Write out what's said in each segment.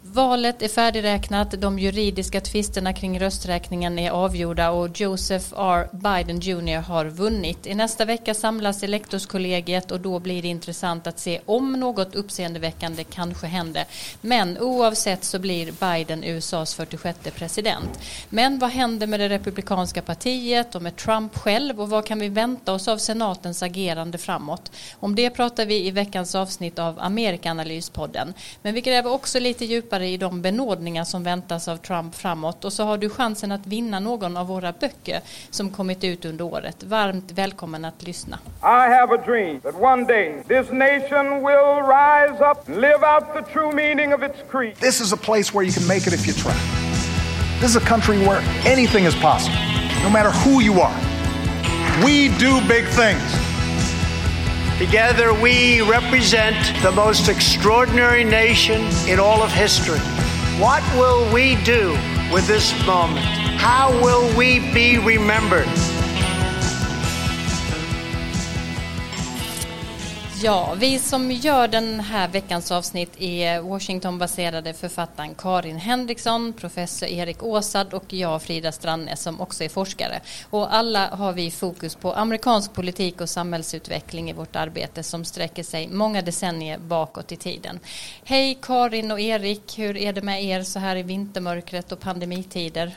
Valet är färdigräknat, de juridiska tvisterna kring rösträkningen är avgjorda och Joseph R. Biden Jr. har vunnit. I nästa vecka samlas elektorskollegiet och då blir det intressant att se om något uppseendeväckande kanske händer. Men oavsett så blir Biden USAs 46:e president. Men vad händer med det republikanska partiet och med Trump själv och vad kan vi vänta oss av senatens agerande framåt? Om det pratar vi i veckans avsnitt av Amerikanalyspodden. Men vi gräver också lite djupare i de benådningar som väntas av Trump framåt och så har du chansen att vinna någon av våra böcker som kommit ut under året. Varmt välkommen att lyssna. I have a dream that one day this nation will rise up and live out the true meaning of its creed. This is a place where you can make it if you try. This is a country where anything is possible, no matter who you are. We do big things. Together we represent the most extraordinary nation in all of history. What will we do with this moment? How will we be remembered? Ja, vi som gör den här veckans avsnitt är Washington-baserade författaren Karin Henriksson, professor Erik Åsad och jag Frida Strandnäs som också är forskare. Och alla har vi fokus på amerikansk politik och samhällsutveckling i vårt arbete som sträcker sig många decennier bakåt i tiden. Hej Karin och Erik, hur är det med er så här i vintermörkret och pandemitider?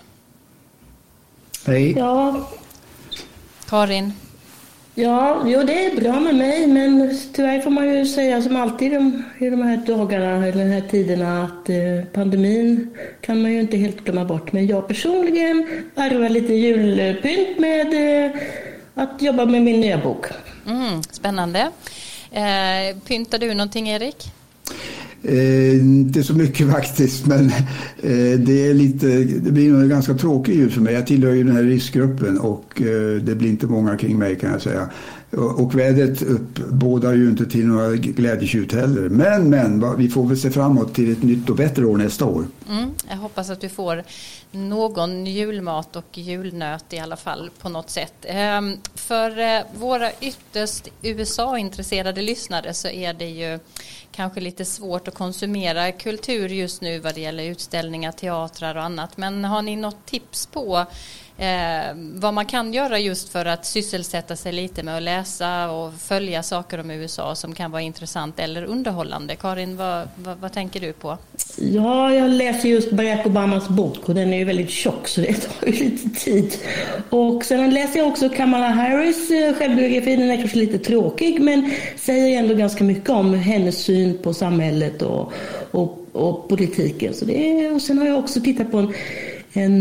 Hej. Ja. Karin? Ja, jo, det är bra med mig, men tyvärr får man ju säga som alltid i de här dagarna eller den här tiderna att pandemin kan man ju inte helt glömma bort. Men jag personligen arvar lite julpynt med att jobba med min nya bok. Spännande. Pyntar du någonting, Erik? Inte så mycket faktiskt, men det blir nog ganska tråkig jul för mig. Jag tillhör ju den här riskgruppen och det blir inte många kring mig kan jag säga. Och vädret bådar ju inte till några glädjetjut heller. Men vi får väl se framåt till ett nytt och bättre år nästa år. Jag hoppas att du får någon julmat och julnöt i alla fall på något sätt. För våra ytterst USA-intresserade lyssnare så är det ju kanske lite svårt att konsumera kultur just nu vad det gäller utställningar, teatrar och annat. Men har ni något tips på vad man kan göra just för att sysselsätta sig lite med att läsa och följa saker om USA som kan vara intressant eller underhållande? Karin, vad tänker du på? Ja, jag läser just Barack Obamas bok och den är ju väldigt tjock så det tar ju lite tid. Och sen läser jag också Kamala Harris självbiografi. Den är kanske lite tråkig men säger ändå ganska mycket om hennes syn på samhället och politiken. Så och sen har jag också tittat på en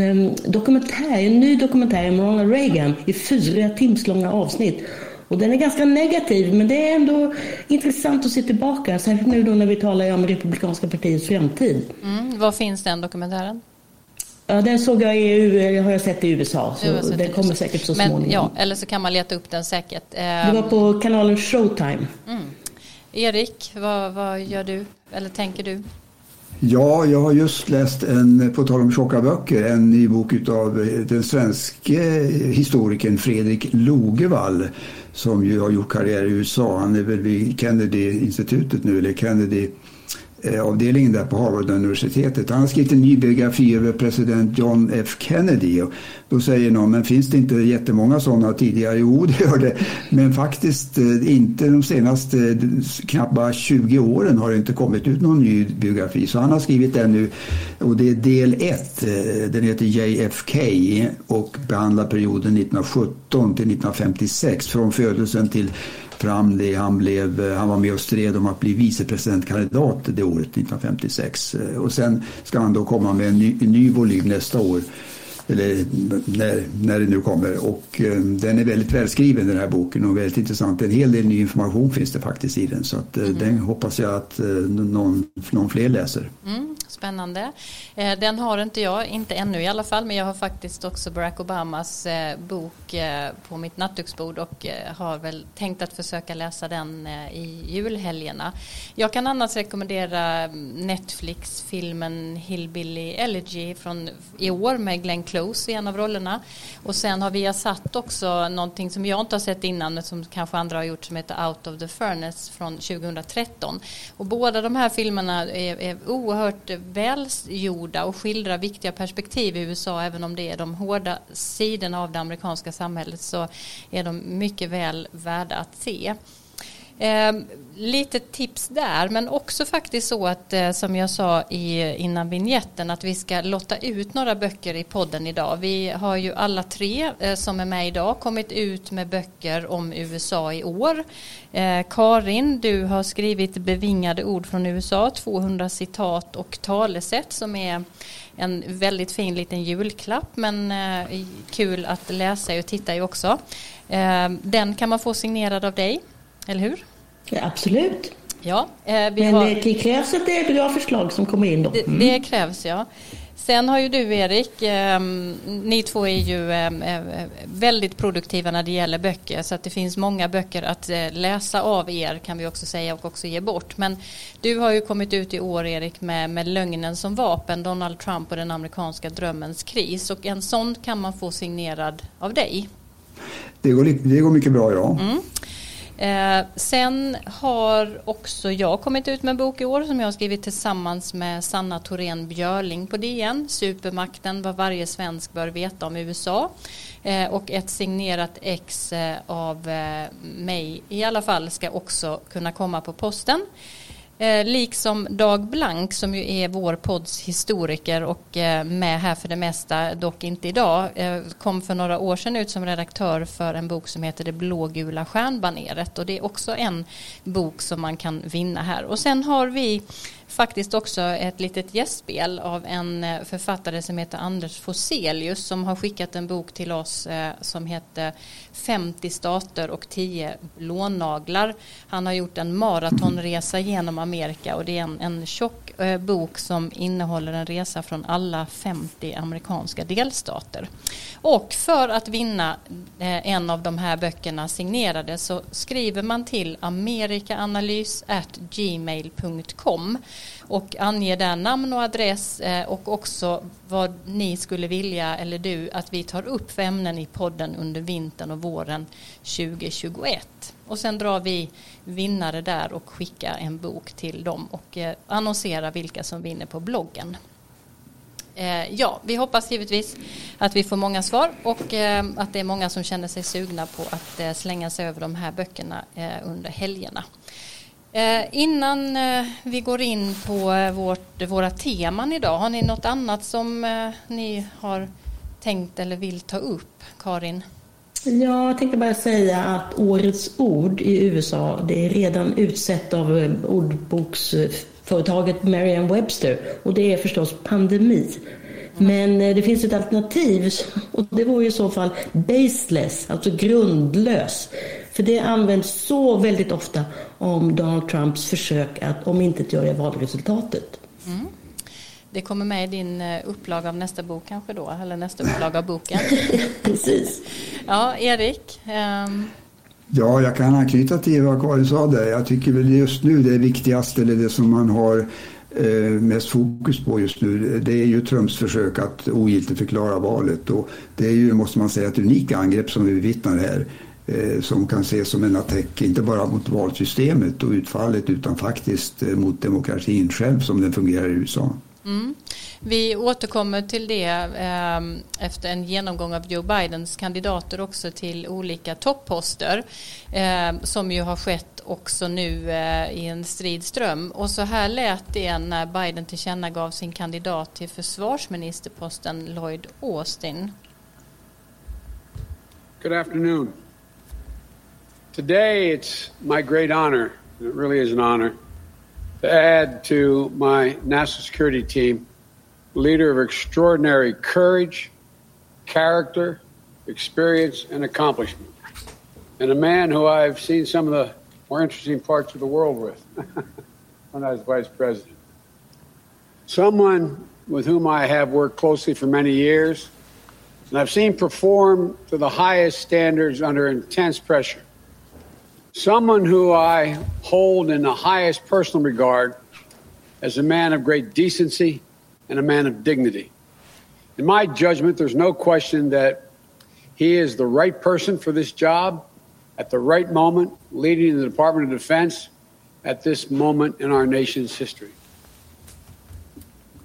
ny dokumentär om Ronald Reagan i 4 timslånga avsnitt. Och den är ganska negativ, men det är ändå intressant att se tillbaka, särskilt nu då när vi talar om republikanska partiets framtid. Var finns den dokumentären? Ja, den såg jag har jag sett i USA, så den kommer säkert så småningom. Ja, eller så kan man leta upp den säkert. Det var på kanalen Showtime. Erik, vad gör du, eller tänker du? Ja, jag har just läst på tal om tjocka böcker, en ny bok utav den svenska historikern Fredrik Logevall som ju har gjort karriär i USA. Han är väl vid Kennedy-institutet nu, eller Kennedy-avdelningen där på Harvard-universitetet. Han har skrivit en ny biografi över president John F. Kennedy. Och då säger någon, men finns det inte jättemånga sådana tidigare? Jo, det gör det. Men faktiskt inte de senaste knappt 20 åren har det inte kommit ut någon ny biografi. Så han har skrivit den nu och det är del 1. Den heter JFK och behandlar perioden 1917 till 1956 från födelsen till fram det han var med och stred om att bli vicepresidentkandidat det året 1956 och sen ska han då komma med en ny volym nästa år eller när det nu kommer och den är väldigt välskriven den här boken och väldigt intressant. En hel del ny information finns det faktiskt i den så att den hoppas jag att någon fler läser. Spännande. Den har inte jag, inte ännu i alla fall, men jag har faktiskt också Barack Obamas bok på mitt nattduksbord och har väl tänkt att försöka läsa den i julhelgerna. Jag kan annars rekommendera Netflix-filmen Hillbilly Elegy från i år med Glenn Close i en av rollerna. Och sen har vi satt också någonting som jag inte har sett innan men som kanske andra har gjort som heter Out of the Furnace från 2013. Och båda de här filmerna är oerhört välgjorda och skildrar viktiga perspektiv i USA, även om det är de hårda sidorna av det amerikanska samhället, så är de mycket väl värda att se. Lite tips där, men också faktiskt så att som jag sa innan vignetten, att vi ska lotta ut några böcker i podden idag. Vi har ju alla 3 som är med idag kommit ut med böcker om USA i år. Karin, du har skrivit Bevingade ord från USA, 200 citat och talesätt, som är en väldigt fin liten julklapp, men kul att läsa och titta i också. Den kan man få signerad av dig, eller hur? Ja, absolut. Ja, men det krävs att det är bra förslag som kommer in då. Det krävs, ja. Sen har ju du, Erik, ni 2 är ju väldigt produktiva när det gäller böcker, så att det finns många böcker att läsa av er, kan vi också säga, och också ge bort. Men du har ju kommit ut i år, Erik, med Lögnen som vapen, Donald Trump och den amerikanska drömmens kris, och en sån kan man få signerad av dig. Det går mycket bra, ja. Sen har också jag kommit ut med en bok i år som jag har skrivit tillsammans med Sanna Thorén Björling på DN, Supermakten, vad varje svensk bör veta om USA, och ett signerat ex av mig i alla fall ska också kunna komma på posten. Liksom Dag Blank, som ju är vår podds historiker och med här för det mesta, dock inte idag, kom för några år sedan ut som redaktör för en bok som heter Det blågula stjärnbaneret, och det är också en bok som man kan vinna här. Och sen har vi faktiskt också ett litet gästspel av en författare som heter Anders Forselius, som har skickat en bok till oss som heter 50 stater och 10 blånaglar. Han har gjort en maratonresa genom Amerika, och det är en tjock bok som innehåller en resa från alla 50 amerikanska delstater. Och för att vinna en av de här böckerna signerade så skriver man till amerikaanalys@gmail.com och anger där namn och adress och också vad ni skulle vilja, eller du, att vi tar upp för ämnen i podden under vintern och våren 2021. Och sen drar vi vinnare där och skickar en bok till dem och annonserar vilka som vinner på bloggen. Ja, vi hoppas givetvis att vi får många svar och att det är många som känner sig sugna på att slänga sig över de här böckerna under helgerna. Innan vi går in på våra teman idag, har ni något annat som ni har tänkt eller vill ta upp, Karin? Ja, jag tänkte bara säga att årets ord i USA, det är redan utsett av ordboksföretaget Merriam-Webster, och det är förstås pandemi. Men det finns ett alternativ, och det vore i så fall baseless, alltså grundlös. För det används så väldigt ofta om Donald Trumps försök att omintetgöra valresultatet. Mm. Det kommer med i din upplaga av nästa bok kanske då, eller nästa upplaga av boken. Precis. Ja, Erik? Ja, jag kan anknyta till vad Karin sa där. Jag tycker väl just nu det viktigaste, eller det som man har mest fokus på just nu, det är ju Trumps försök att ogiltigförklara valet. Och det är ju, måste man säga, ett unikt angrepp som vi vittnar här, som kan ses som en attack inte bara mot valsystemet och utfallet utan faktiskt mot demokratin själv som den fungerar i USA. Mm. Vi återkommer till det efter en genomgång av Joe Bidens kandidater också till olika topposter som ju har skett också nu i en stridström. Och så här lät det när Biden tillkännagav sin kandidat till försvarsministerposten, Lloyd Austin. Good afternoon. Today it's my great honor, and it really is an honor, to add to my national security team a leader of extraordinary courage, character, experience, and accomplishment, and a man who I've seen some of the more interesting parts of the world with when I was vice president. Someone with whom I have worked closely for many years, and I've seen perform to the highest standards under intense pressure. Someone who I hold in the highest personal regard as a man of great decency and a man of dignity. In my judgment, there's no question that he is the right person for this job at the right moment, leading the Department of Defense at this moment in our nation's history.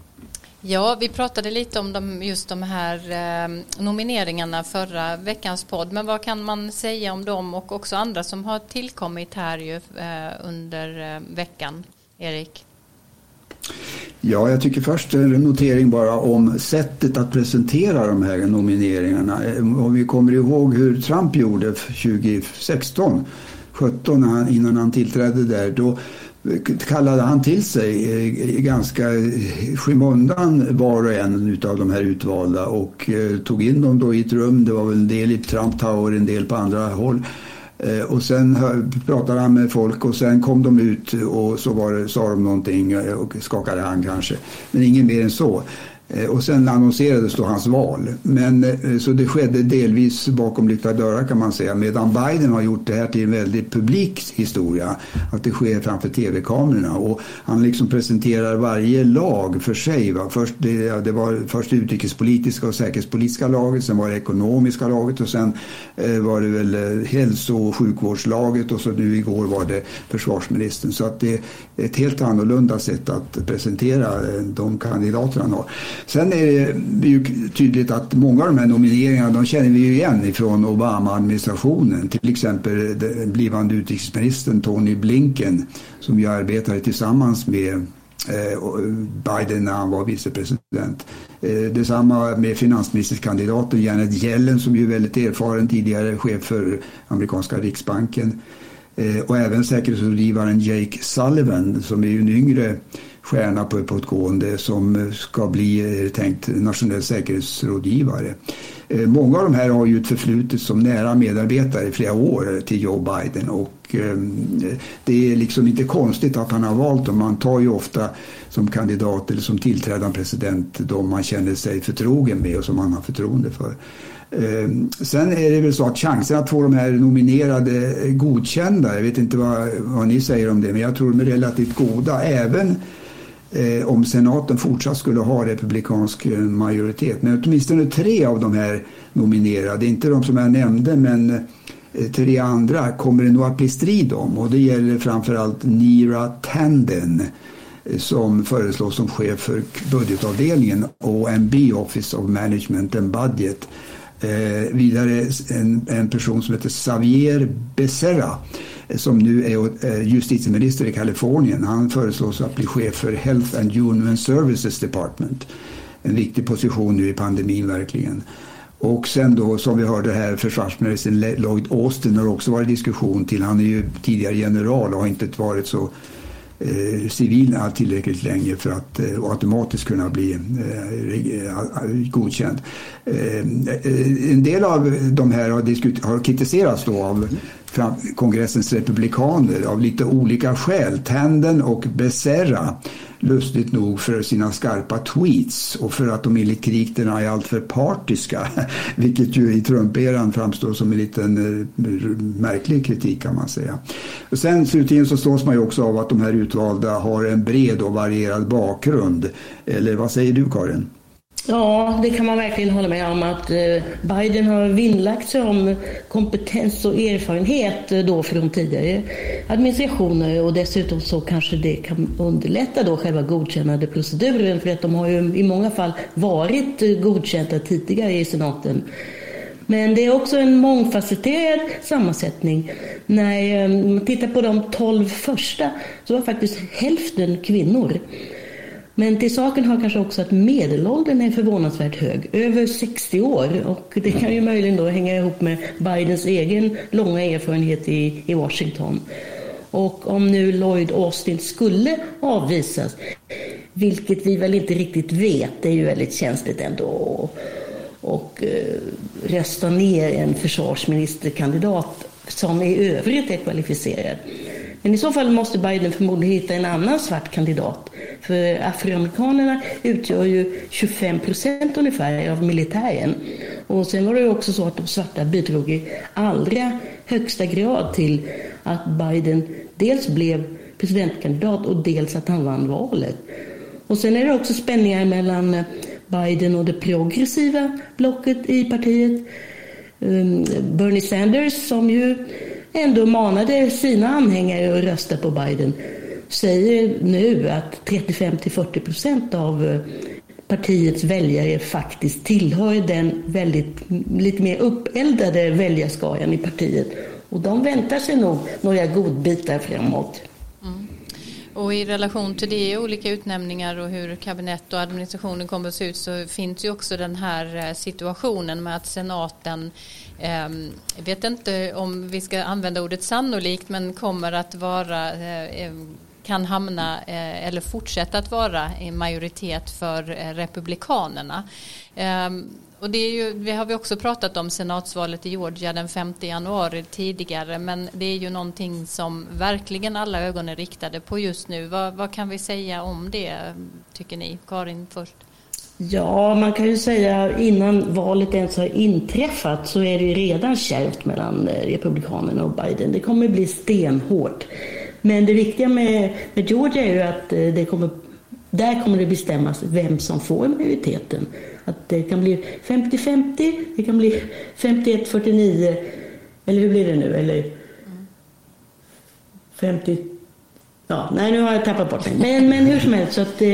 Ja, vi pratade lite om just de här nomineringarna förra veckans podd. Men vad kan man säga om dem och också andra som har tillkommit här ju, under veckan, Erik? Ja, jag tycker först en notering bara om sättet att presentera de här nomineringarna. Om vi kommer ihåg hur Trump gjorde 2016, 17 innan han tillträdde där, då kallade han till sig ganska skymundan var och en utav de här utvalda och tog in dem då i ett rum. Det var väl en del i Trump Tower, en del på andra håll. Och sen pratade han med folk och sen kom de ut och så sa de någonting och skakade hand kanske. Men ingen mer än så. Och sen annonserades då hans val. Men så det skedde delvis bakom lyckta dörrar kan man säga. Medan Biden har gjort det här till en väldigt publik historia. Att det sker framför tv-kamerorna. Och han liksom presenterar varje lag för sig. Va? Det var först utrikespolitiska och säkerhetspolitiska laget. Sen var det ekonomiska laget. Och sen var det väl hälso- och sjukvårdslaget. Och så nu igår var det försvarsministern. Så att det är ett helt annorlunda sätt att presentera de kandidaterna han har. Sen är det ju tydligt att många av de här nomineringarna de känner vi ju igen ifrån Obama-administrationen. Till exempel den blivande utrikesministern Tony Blinken som ju arbetade tillsammans med Biden när han var vicepresident. Detsamma med finansministerkandidaten Janet Yellen som ju är väldigt erfaren tidigare chef för amerikanska riksbanken. Och även säkerhetsrådgivaren Jake Sullivan som är ju en yngre stjärna på uppåtgående som ska bli tänkt nationell säkerhetsrådgivare. Många av de här har ju ett förflutet som nära medarbetare i flera år till Joe Biden och det är liksom inte konstigt att han har valt dem. Man tar ju ofta som kandidat eller som tillträdande president de man känner sig förtrogen med och som man har förtroende för. Sen är det väl så att chansen att få de här nominerade godkända, jag vet inte vad ni säger om det, men jag tror de är relativt goda även om senaten fortsatt skulle ha republikansk majoritet. Men åtminstone 3 av de här nominerade, inte de som jag nämnde men 3 andra kommer det nog att bli strid om och det gäller framförallt Neera Tanden som föreslås som chef för budgetavdelningen OMB, Office of Management and Budget. Vidare en person som heter Xavier Becerra som nu är justitieminister i Kalifornien. Han föreslås att bli chef för Health and Human Services Department. En viktig position nu i pandemin verkligen. Och sen då som vi hörde här försvarsministern Lloyd Austin har också varit diskussion till. Han är ju tidigare general och har inte varit så civil tillräckligt länge för att automatiskt kunna bli godkänd. En del av de här har kritiserats då av kongressens republikaner av lite olika skäl. Tanden och Becerra lustigt nog för sina skarpa tweets och för att de enligt kritikerna är alltför partiska, vilket ju i Trump-eran framstår som en liten märklig kritik kan man säga. Och sen slutligen så slås man ju också av att de här utvalda har en bred och varierad bakgrund. Eller vad säger du, Karin? Ja, det kan man verkligen hålla med om att Biden har vinnlagt sig om kompetens och erfarenhet då från tidigare administrationer och dessutom så kanske det kan underlätta då själva godkännande proceduren för att de har ju i många fall varit godkända tidigare i senaten. Men det är också en mångfacetterad sammansättning. När man tittar på de 12 första så var faktiskt hälften kvinnor. Men till saken har kanske också att medelåldern är förvånansvärt hög. Över 60 år. Och det kan ju möjligen då hänga ihop med Bidens egen långa erfarenhet i Washington. Och om nu Lloyd Austin skulle avvisas, vilket vi väl inte riktigt vet, det är ju väldigt känsligt ändå. Och rösta ner en försvarsministerkandidat som i övrigt är kvalificerad. Men i så fall måste Biden förmodligen hitta en annan svart kandidat. För afroamerikanerna utgör ju 25% ungefär av militären. Och sen var det också så att de svarta bidrog i allra högsta grad till att Biden dels blev presidentkandidat och dels att han vann valet. Och sen är det också spänningar mellan Biden och det progressiva blocket i partiet. Bernie Sanders som ju ändå manade sina anhängare att rösta på Biden säger nu att 35-40% av partiets väljare faktiskt tillhör den lite mer uppeldade väljarskaran i partiet. Och de väntar sig nog några godbitar framåt. Mm. Och i relation till det, olika utnämningar och hur kabinett och administrationen kommer att se ut, så finns ju också den här situationen med att senaten, jag vet inte om vi ska använda ordet sannolikt, men kommer att vara, kan hamna eller fortsätta att vara en majoritet för republikanerna. Och det har vi också pratat om, senatsvalet i Georgia den 5 januari tidigare, men det är ju någonting som verkligen alla ögon är riktade på just nu. Vad kan vi säga om det, tycker ni? Karin först. Ja, man kan ju säga innan valet ens har inträffat så är det ju redan kärvt mellan republikanerna och Biden. Det kommer bli stenhårt. Men det viktiga med Georgia är ju att där kommer det bestämmas vem som får majoriteten. Att det kan bli 50-50, det kan bli 51-49, eller hur blir det nu? Eller 50... Ja, nej, nu har jag tappat bort mig. Men hur som helst, så att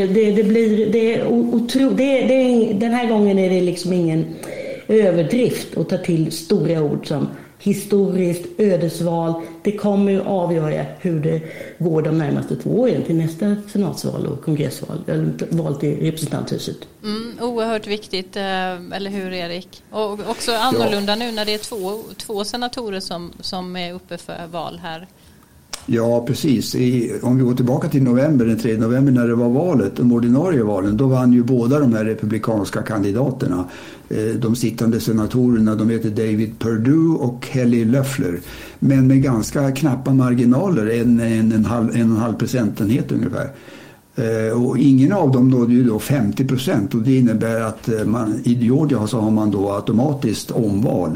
den här gången är det liksom ingen överdrift att ta till stora ord som historiskt, ödesval. Det kommer ju avgöra hur det går de närmaste 2 åren till nästa senatsval och kongressval, eller val till representanthuset. Oerhört viktigt, eller hur Erik? Och också annorlunda nu när det är två senatorer som är uppe för val här. Ja, precis. Om vi går tillbaka till den 3 november när det var valet, de ordinarie valen, då vann ju båda de här republikanska kandidaterna. De sittande senatorerna, de heter David Perdue och Kelly Loeffler. Men med ganska knappa marginaler, en halv procentenhet ungefär. Och ingen av dem nådde ju då 50%, och det innebär att i Georgia så har man då automatiskt omval.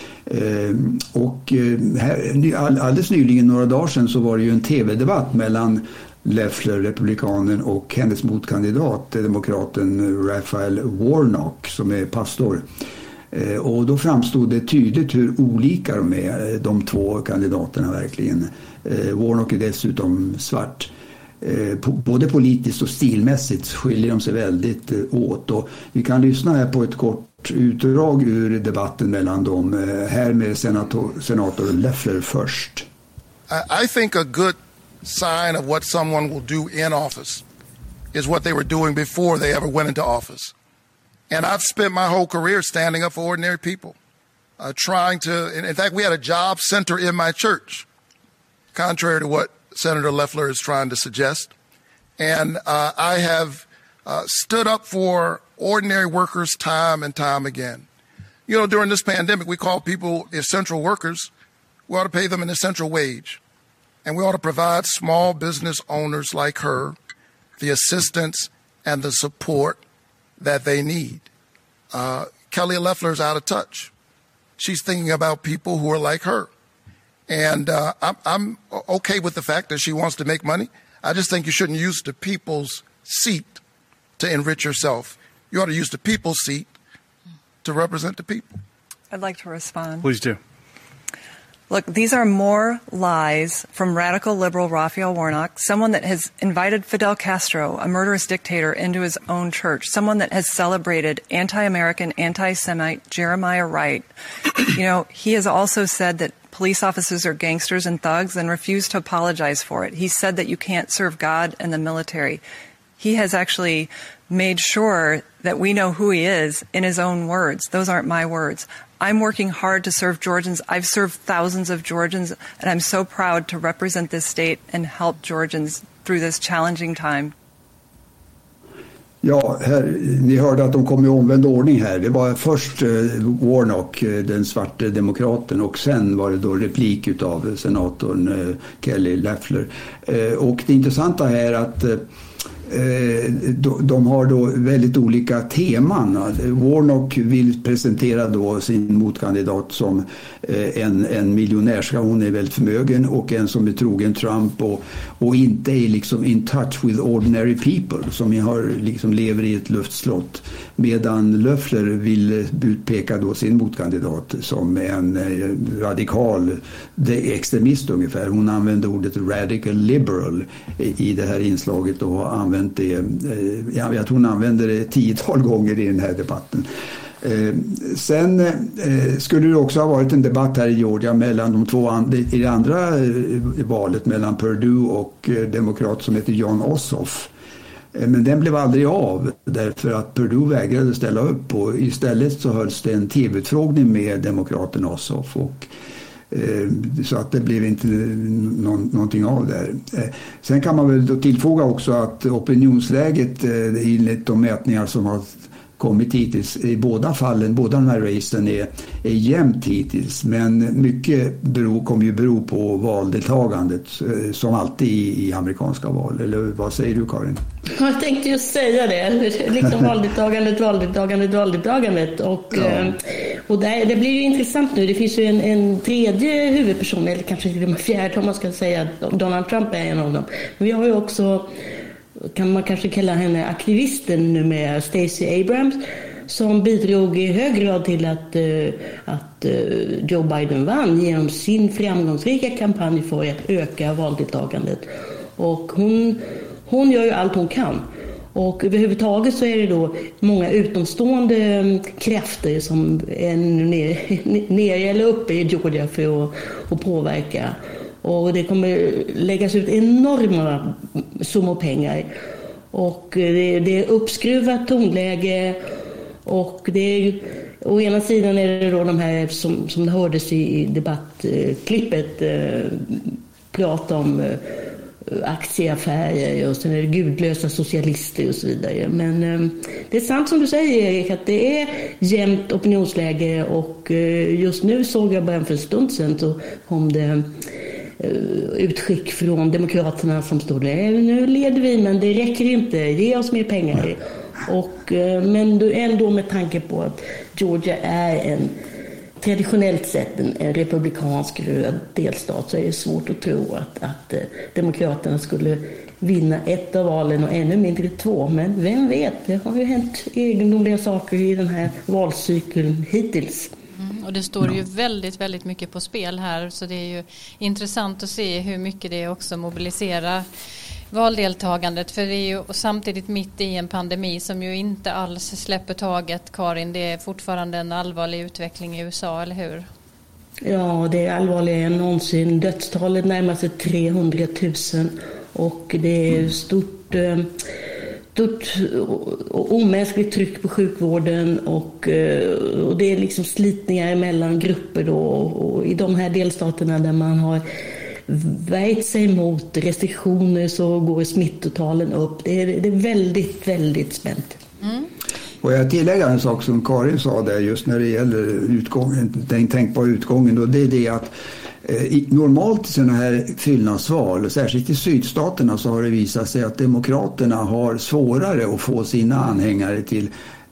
Och alldeles nyligen, några dagar sedan, så var det ju en tv-debatt mellan Loeffler, republikanen, och hennes motkandidat, demokraten Raphael Warnock, som är pastor. Och då framstod det tydligt hur olika de är, de två kandidaterna verkligen. Warnock är dessutom svart. Både politiskt och stilmässigt skiljer de sig väldigt åt. Och vi kan lyssna här på ett kort utdrag ur debatten mellan dem. Här med senator Loeffler först. I think a good sign of what someone will do in office is what they were doing before they ever went into office. And I've spent my whole career standing up for ordinary people, trying to, in fact, we had a job center in my church, contrary to what Senator Loeffler is trying to suggest. And I have stood up for ordinary workers time and time again. You know, during this pandemic, we call people essential workers. We ought to pay them an essential wage. And we ought to provide small business owners like her the assistance and the support that they need. Kelly Loeffler's out of touch. She's thinking about people who are like her. And I'm okay with the fact that she wants to make money. I just think you shouldn't use the people's seat to enrich yourself. You ought to use the people's seat to represent the people. I'd like to respond. Please do. Look, these are more lies from radical liberal Raphael Warnock, someone that has invited Fidel Castro, a murderous dictator, into his own church, someone that has celebrated anti-American, anti-Semite Jeremiah Wright. You know, he has also said that police officers are gangsters and thugs and refused to apologize for it. He said that you can't serve God and the military. He has actually made sure that we know who he is in his own words. Those aren't my words. I'm working hard to serve Georgians. I've served thousands of Georgians, and I'm so proud to represent this state and help Georgians through this challenging time. Ja, ni hörde att de kom i omvänd ordning här. Det var först Warnock, den svarte demokraten, och sen var det då replik utav senatorn Kelly Loeffler. Och det intressanta här är att de har då väldigt olika teman. Warnock vill presentera då sin motkandidat som en miljonärska, hon är väldigt förmögen, och en som är trogen Trump och inte är liksom in touch with ordinary people, som liksom lever i ett luftslott. Medan Loeffler vill utpeka då sin motkandidat som en radikal extremist ungefär. Hon använde ordet radical liberal i det här inslaget och har använt använt det. Jag tror hon använder det 10-tal gånger i den här debatten. Sen skulle det också ha varit en debatt här i Georgia mellan de två i det andra valet mellan Perdue och demokrat som heter John Ossoff. Men den blev aldrig av därför att Perdue vägrade ställa upp och istället så hölls det en tv-utfrågning med demokraten Ossoff och så att det blev inte någonting av där. Sen kan man väl då tillfoga också att opinionsläget enligt de mätningar som har kommit hittills i båda fallen, båda de här racen är jämnt hittills, men mycket kommer ju bero på valdeltagandet som alltid i amerikanska val. Eller vad säger du, Karin? Jag tänkte ju säga det, liksom valdeltagandet och det blir ju intressant nu. Det finns ju en tredje huvudperson, eller kanske till och med fjärde om man ska säga att Donald Trump är en av dem. Men vi har ju också, kan man kanske kalla henne aktivisten nu med Stacey Abrams, som bidrog i hög grad till att Joe Biden vann genom sin framgångsrika kampanj för att öka valdeltagandet. Och hon gör ju allt hon kan. Och överhuvudtaget så är det då många utomstående krafter som är nere eller uppe i Georgia för att påverka. Och det kommer läggas ut enorma summor pengar. Och det är uppskruvat tonläge. Och det är, å ena sidan är det då de här som det hördes i debattklippet prata om aktieaffärer och sen är det gudlösa socialister och så vidare. Men det är sant som du säger, Erik, att det är jämnt opinionsläge och just nu såg jag bara för en stund sedan så kom det utskick från demokraterna som stod där. Nu leder vi, men det räcker inte. Ge oss mer pengar. Men ändå med tanke på att Georgia är traditionellt sett en republikansk röd delstat så är det svårt att tro att demokraterna skulle vinna ett av valen och ännu mindre 2. Men vem vet, det har ju hänt egendomliga saker i den här valcykeln hittills. Och det står ju väldigt, väldigt mycket på spel här, så det är ju intressant att se hur mycket det också mobiliserar valdeltagandet, för det är ju samtidigt mitt i en pandemi som ju inte alls släpper taget, Karin. Det är fortfarande en allvarlig utveckling i USA, eller hur? Ja, det är allvarligare än någonsin. Dödstalet närmar sig 300 000 och det är stort och omänskligt tryck på sjukvården och det är liksom slitningar mellan grupper då, och i de här delstaterna där man har väjt sig mot restriktioner så går smittotalen upp. Det är väldigt, väldigt spänt. Och jag tillägger en sak som Karin sa där just när det gäller utgången, den tänkbara utgången då, det är det att normalt i sådana här fyllnadsval, särskilt i sydstaterna, så har det visat sig att demokraterna har svårare att få sina anhängare till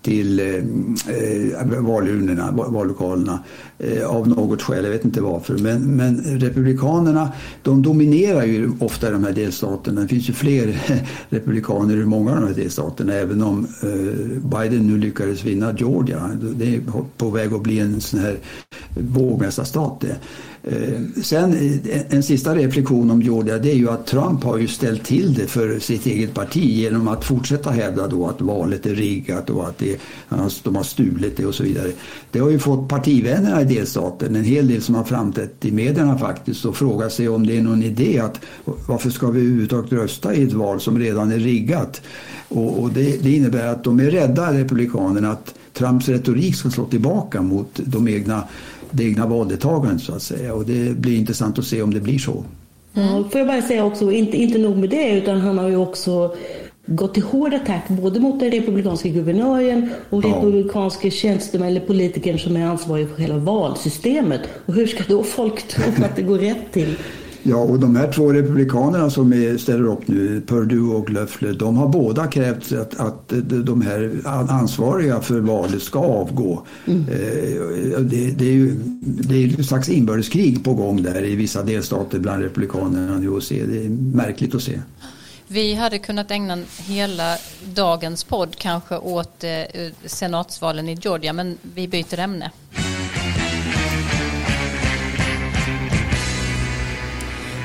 valurnorna, vallokalerna av något skäl, jag vet inte varför, men republikanerna, de dominerar ju ofta de här delstaterna. Det finns ju fler republikaner i många av de här delstaterna, även om Biden nu lyckades vinna Georgia. Det är på väg att bli en sån här vågmästarstat det. Sen en sista reflektion om Georgia, det är ju att Trump har ju ställt till det för sitt eget parti genom att fortsätta hävda då att valet är riggat och att de har stulit det och så vidare. Det har ju fått partivännerna i delstaten, en hel del som har framträtt i medierna faktiskt, och frågar sig om det är någon idé att varför ska vi överhuvudtaget rösta i ett val som redan är riggat. Och det innebär att de är rädda, republikanerna, att Trumps retorik ska slå tillbaka mot det egna valdeltagandet så att säga, och det blir intressant att se om det blir så. Får jag bara säga också, inte nog med det, utan han har ju också gått till hård attack både mot den republikanska guvernören och republikanska tjänstemän eller politiker som är ansvariga för hela valsystemet. Och hur ska då folk tro att det går rätt till? Ja, och de här två republikanerna som ställer upp nu, Perdue och Loeffler, de har båda krävt att de här ansvariga för valet ska avgå. Det är ju ett slags inbördeskrig på gång där i vissa delstater bland republikanerna nu och se. Det är märkligt att se. Vi hade kunnat ägna hela dagens podd kanske åt senatsvalen i Georgia, men vi byter ämne.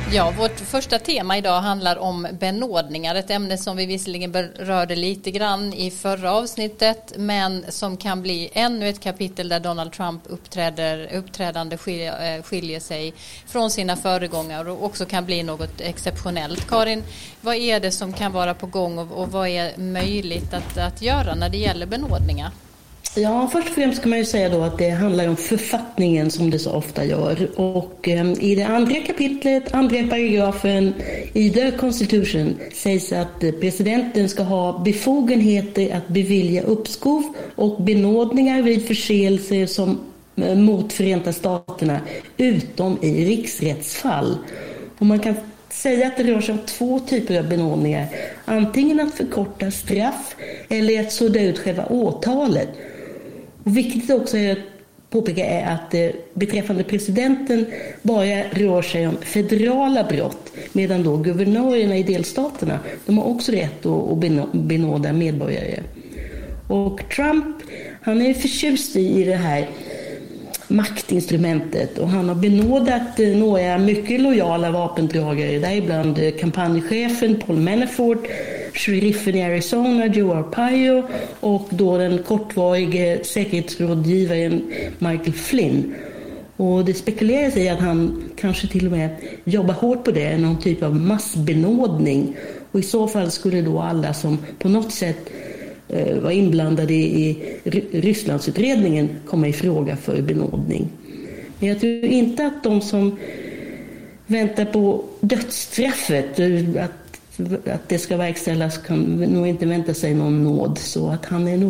Ja, vårt första tema idag handlar om benådningar. Ett ämne som vi visserligen berörde lite grann i förra avsnittet, men som kan bli ännu ett kapitel där Donald Trump uppträdande skiljer sig från sina föregångare och också kan bli något exceptionellt. Karin, vad är det som kan vara på gång och vad är möjligt att göra när det gäller benådningar? Ja, först och främst kan man ju säga då att det handlar om författningen som det så ofta gör. Och i det andra kapitlet, andra paragrafen i The Constitution sägs att presidenten ska ha befogenheter att bevilja uppskov och benådningar vid förseelser som mot Förenta Staterna utom i riksrättsfall. Och man kan säga att det rör sig om två typer av benådningar. Antingen att förkorta straff eller att sudda ut själva åtalet. Och viktigt också att påpeka är att beträffande presidenten bara rör sig om federala brott, medan då guvernörerna i delstaterna, de har också rätt att benåda medborgare. Och Trump, han är förtjust i det här maktinstrumentet och han har benådat några mycket lojala vapendragare, däribland kampanjchefen Paul Manafort, sheriffen i Arizona Joe Arpaio och då den kortvarige säkerhetsrådgivaren Michael Flynn. Och det spekuleras i att han kanske till och med jobbar hårt på det, någon typ av massbenådning, och i så fall skulle då alla som på något sätt var inblandade i Rysslandsutredningen komma i fråga för benådning. Men jag tror inte att de som väntar på dödsstraffet, att det ska verkställas, kan nog inte vänta sig någon nåd. Så att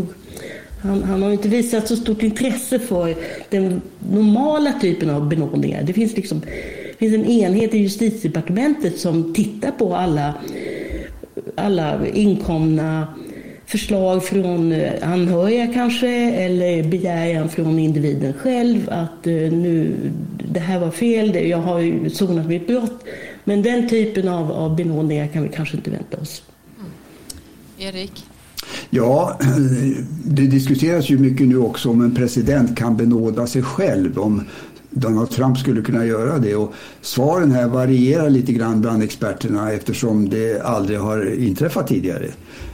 han har inte visat så stort intresse för den normala typen av benådningar. Det finns en enhet i justitiedepartementet som tittar på alla inkomna förslag från anhöriga kanske, eller begäran från individen själv att nu det här var fel, jag har ju sonat mitt brott. Men den typen av benådningar kan vi kanske inte vänta oss. Erik? Ja, det diskuteras ju mycket nu också om en president kan benåda sig själv, om Donald Trump skulle kunna göra det. Och svaren här varierar lite grann bland experterna eftersom det aldrig har inträffat tidigare.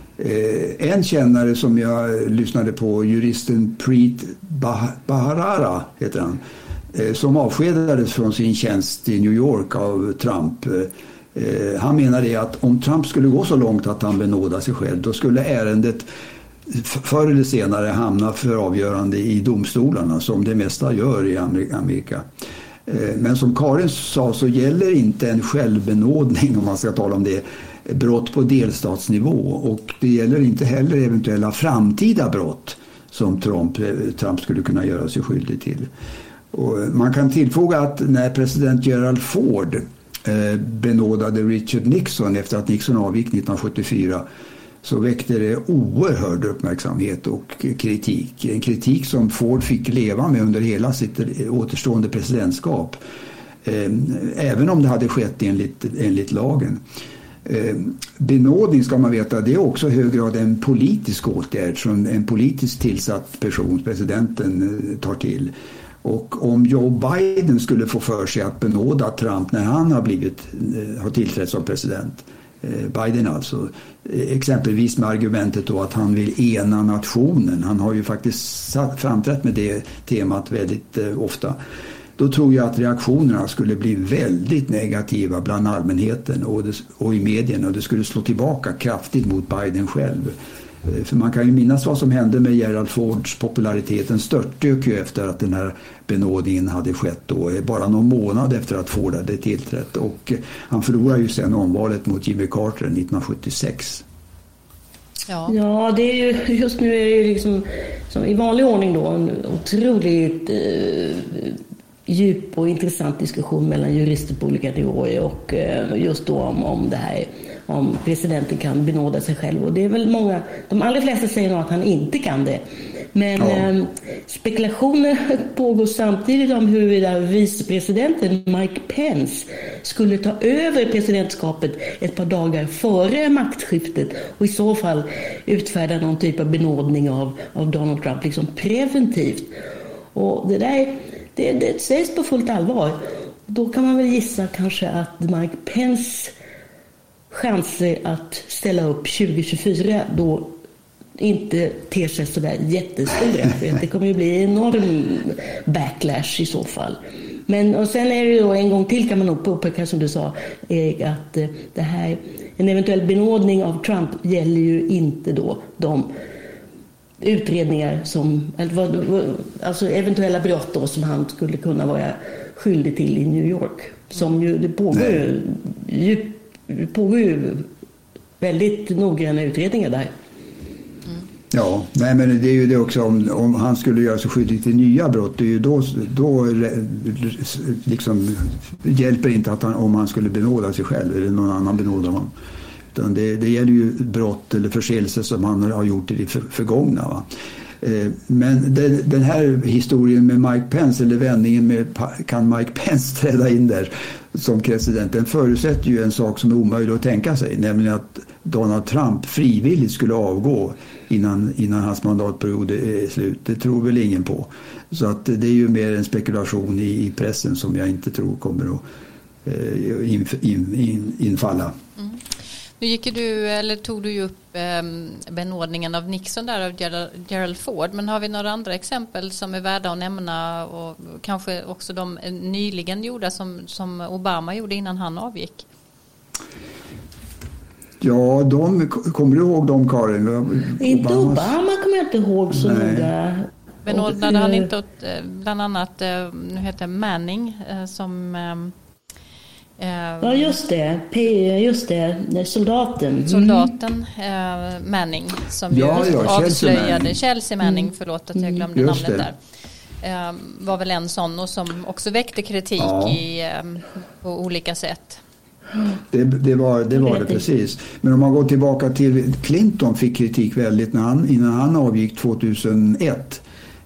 En kännare som jag lyssnade på, juristen Preet Bharara heter han, som avskedades från sin tjänst i New York av Trump. Han menade att om Trump skulle gå så långt att han benådade sig själv, då skulle ärendet förr eller senare hamna för avgörande i domstolarna, som det mesta gör i Amerika. Men som Karin sa så gäller inte en självbenådning, om man ska tala om det, brott på delstatsnivå, och det gäller inte heller eventuella framtida brott som Trump skulle kunna göra sig skyldig till. Och man kan tillfoga att när president Gerald Ford benådade Richard Nixon efter att Nixon avgick 1974, så väckte det oerhörd uppmärksamhet och kritik. En kritik som Ford fick leva med under hela sitt återstående presidentskap, även om det hade skett enligt lagen. Benådning, ska man veta, det är också i hög grad en politisk åtgärd som en politiskt tillsatt person, presidenten, tar till. Och om Joe Biden skulle få för sig att benåda Trump när han har tillträtt som president, Biden alltså, exempelvis med argumentet då att han vill ena nationen, han har ju faktiskt framträtt med det temat väldigt ofta, då tror jag att reaktionerna skulle bli väldigt negativa bland allmänheten och i medierna, och det skulle slå tillbaka kraftigt mot Biden själv. För man kan ju minnas vad som hände med Gerald Fords popularitet. Den störtdök ju efter att den här benådningen hade skett då, bara någon månad efter att Ford hade tillträtt, och han förlorade ju sen omvalet mot Jimmy Carter 1976. Ja, det är ju, just nu är det ju liksom som i vanlig ordning då en otroligt djup och intressant diskussion mellan jurister på olika nivåer, och just då om det här, om presidenten kan benåda sig själv. Och det är väl de allra flesta säger nog att han inte kan det. Men spekulationer pågår samtidigt om huruvida vicepresidenten Mike Pence skulle ta över presidentskapet ett par dagar före maktskiftet och i så fall utfärda någon typ av benådning av Donald Trump, liksom preventivt. Och det sägs på fullt allvar. då kan man väl gissa kanske att Mike Pence chanser att ställa upp 2024 då inte ter sig sådär jättestora. För det kommer ju bli enorm backlash i så fall. Men och sen är det ju då en gång till kan man nog påpeka som du sa Erik att det här, en eventuell benådning av Trump gäller ju inte då de utredningar som, alltså eventuella brott då som han skulle kunna vara skyldig till i New York. Som ju, det pågår ju väldigt noggranna utredningar där. Ja, nej, men det är ju det också om han skulle göra sig skyldig till nya brott, det är ju då liksom hjälper inte att om han skulle benåda sig själv eller någon annan benåda honom. Utan det gäller ju brott eller förseelser som han har gjort i det förgångna. Va? Men den här historien med Mike Pence, eller vändningen med kan Mike Pence träda in där som president, den förutsätter ju en sak som är omöjlig att tänka sig, nämligen att Donald Trump frivilligt skulle avgå innan hans mandatperiod är slut. Det tror väl ingen på. Så att det är ju mer en spekulation i pressen som jag inte tror kommer att infalla. Mm. Nu tog du ju upp benådningen av Nixon där av Gerald Ford, men har vi några andra exempel som är värda att nämna och kanske också de nyligen gjorda som Obama gjorde innan han avgick? Ja, kommer du ihåg dem, Karin? Inte Obama kommer jag inte ihåg så noga. Benådnade han inte åt bland annat nu heter Manning som ja, just det, soldaten Manning som avslöjade Chelsea Manning, förlåt att jag glömde namnet där. Var väl en sån och som också väckte kritik på olika sätt. Det var det precis. Men om man går tillbaka till Clinton fick kritik väldigt innan han avgick 2001.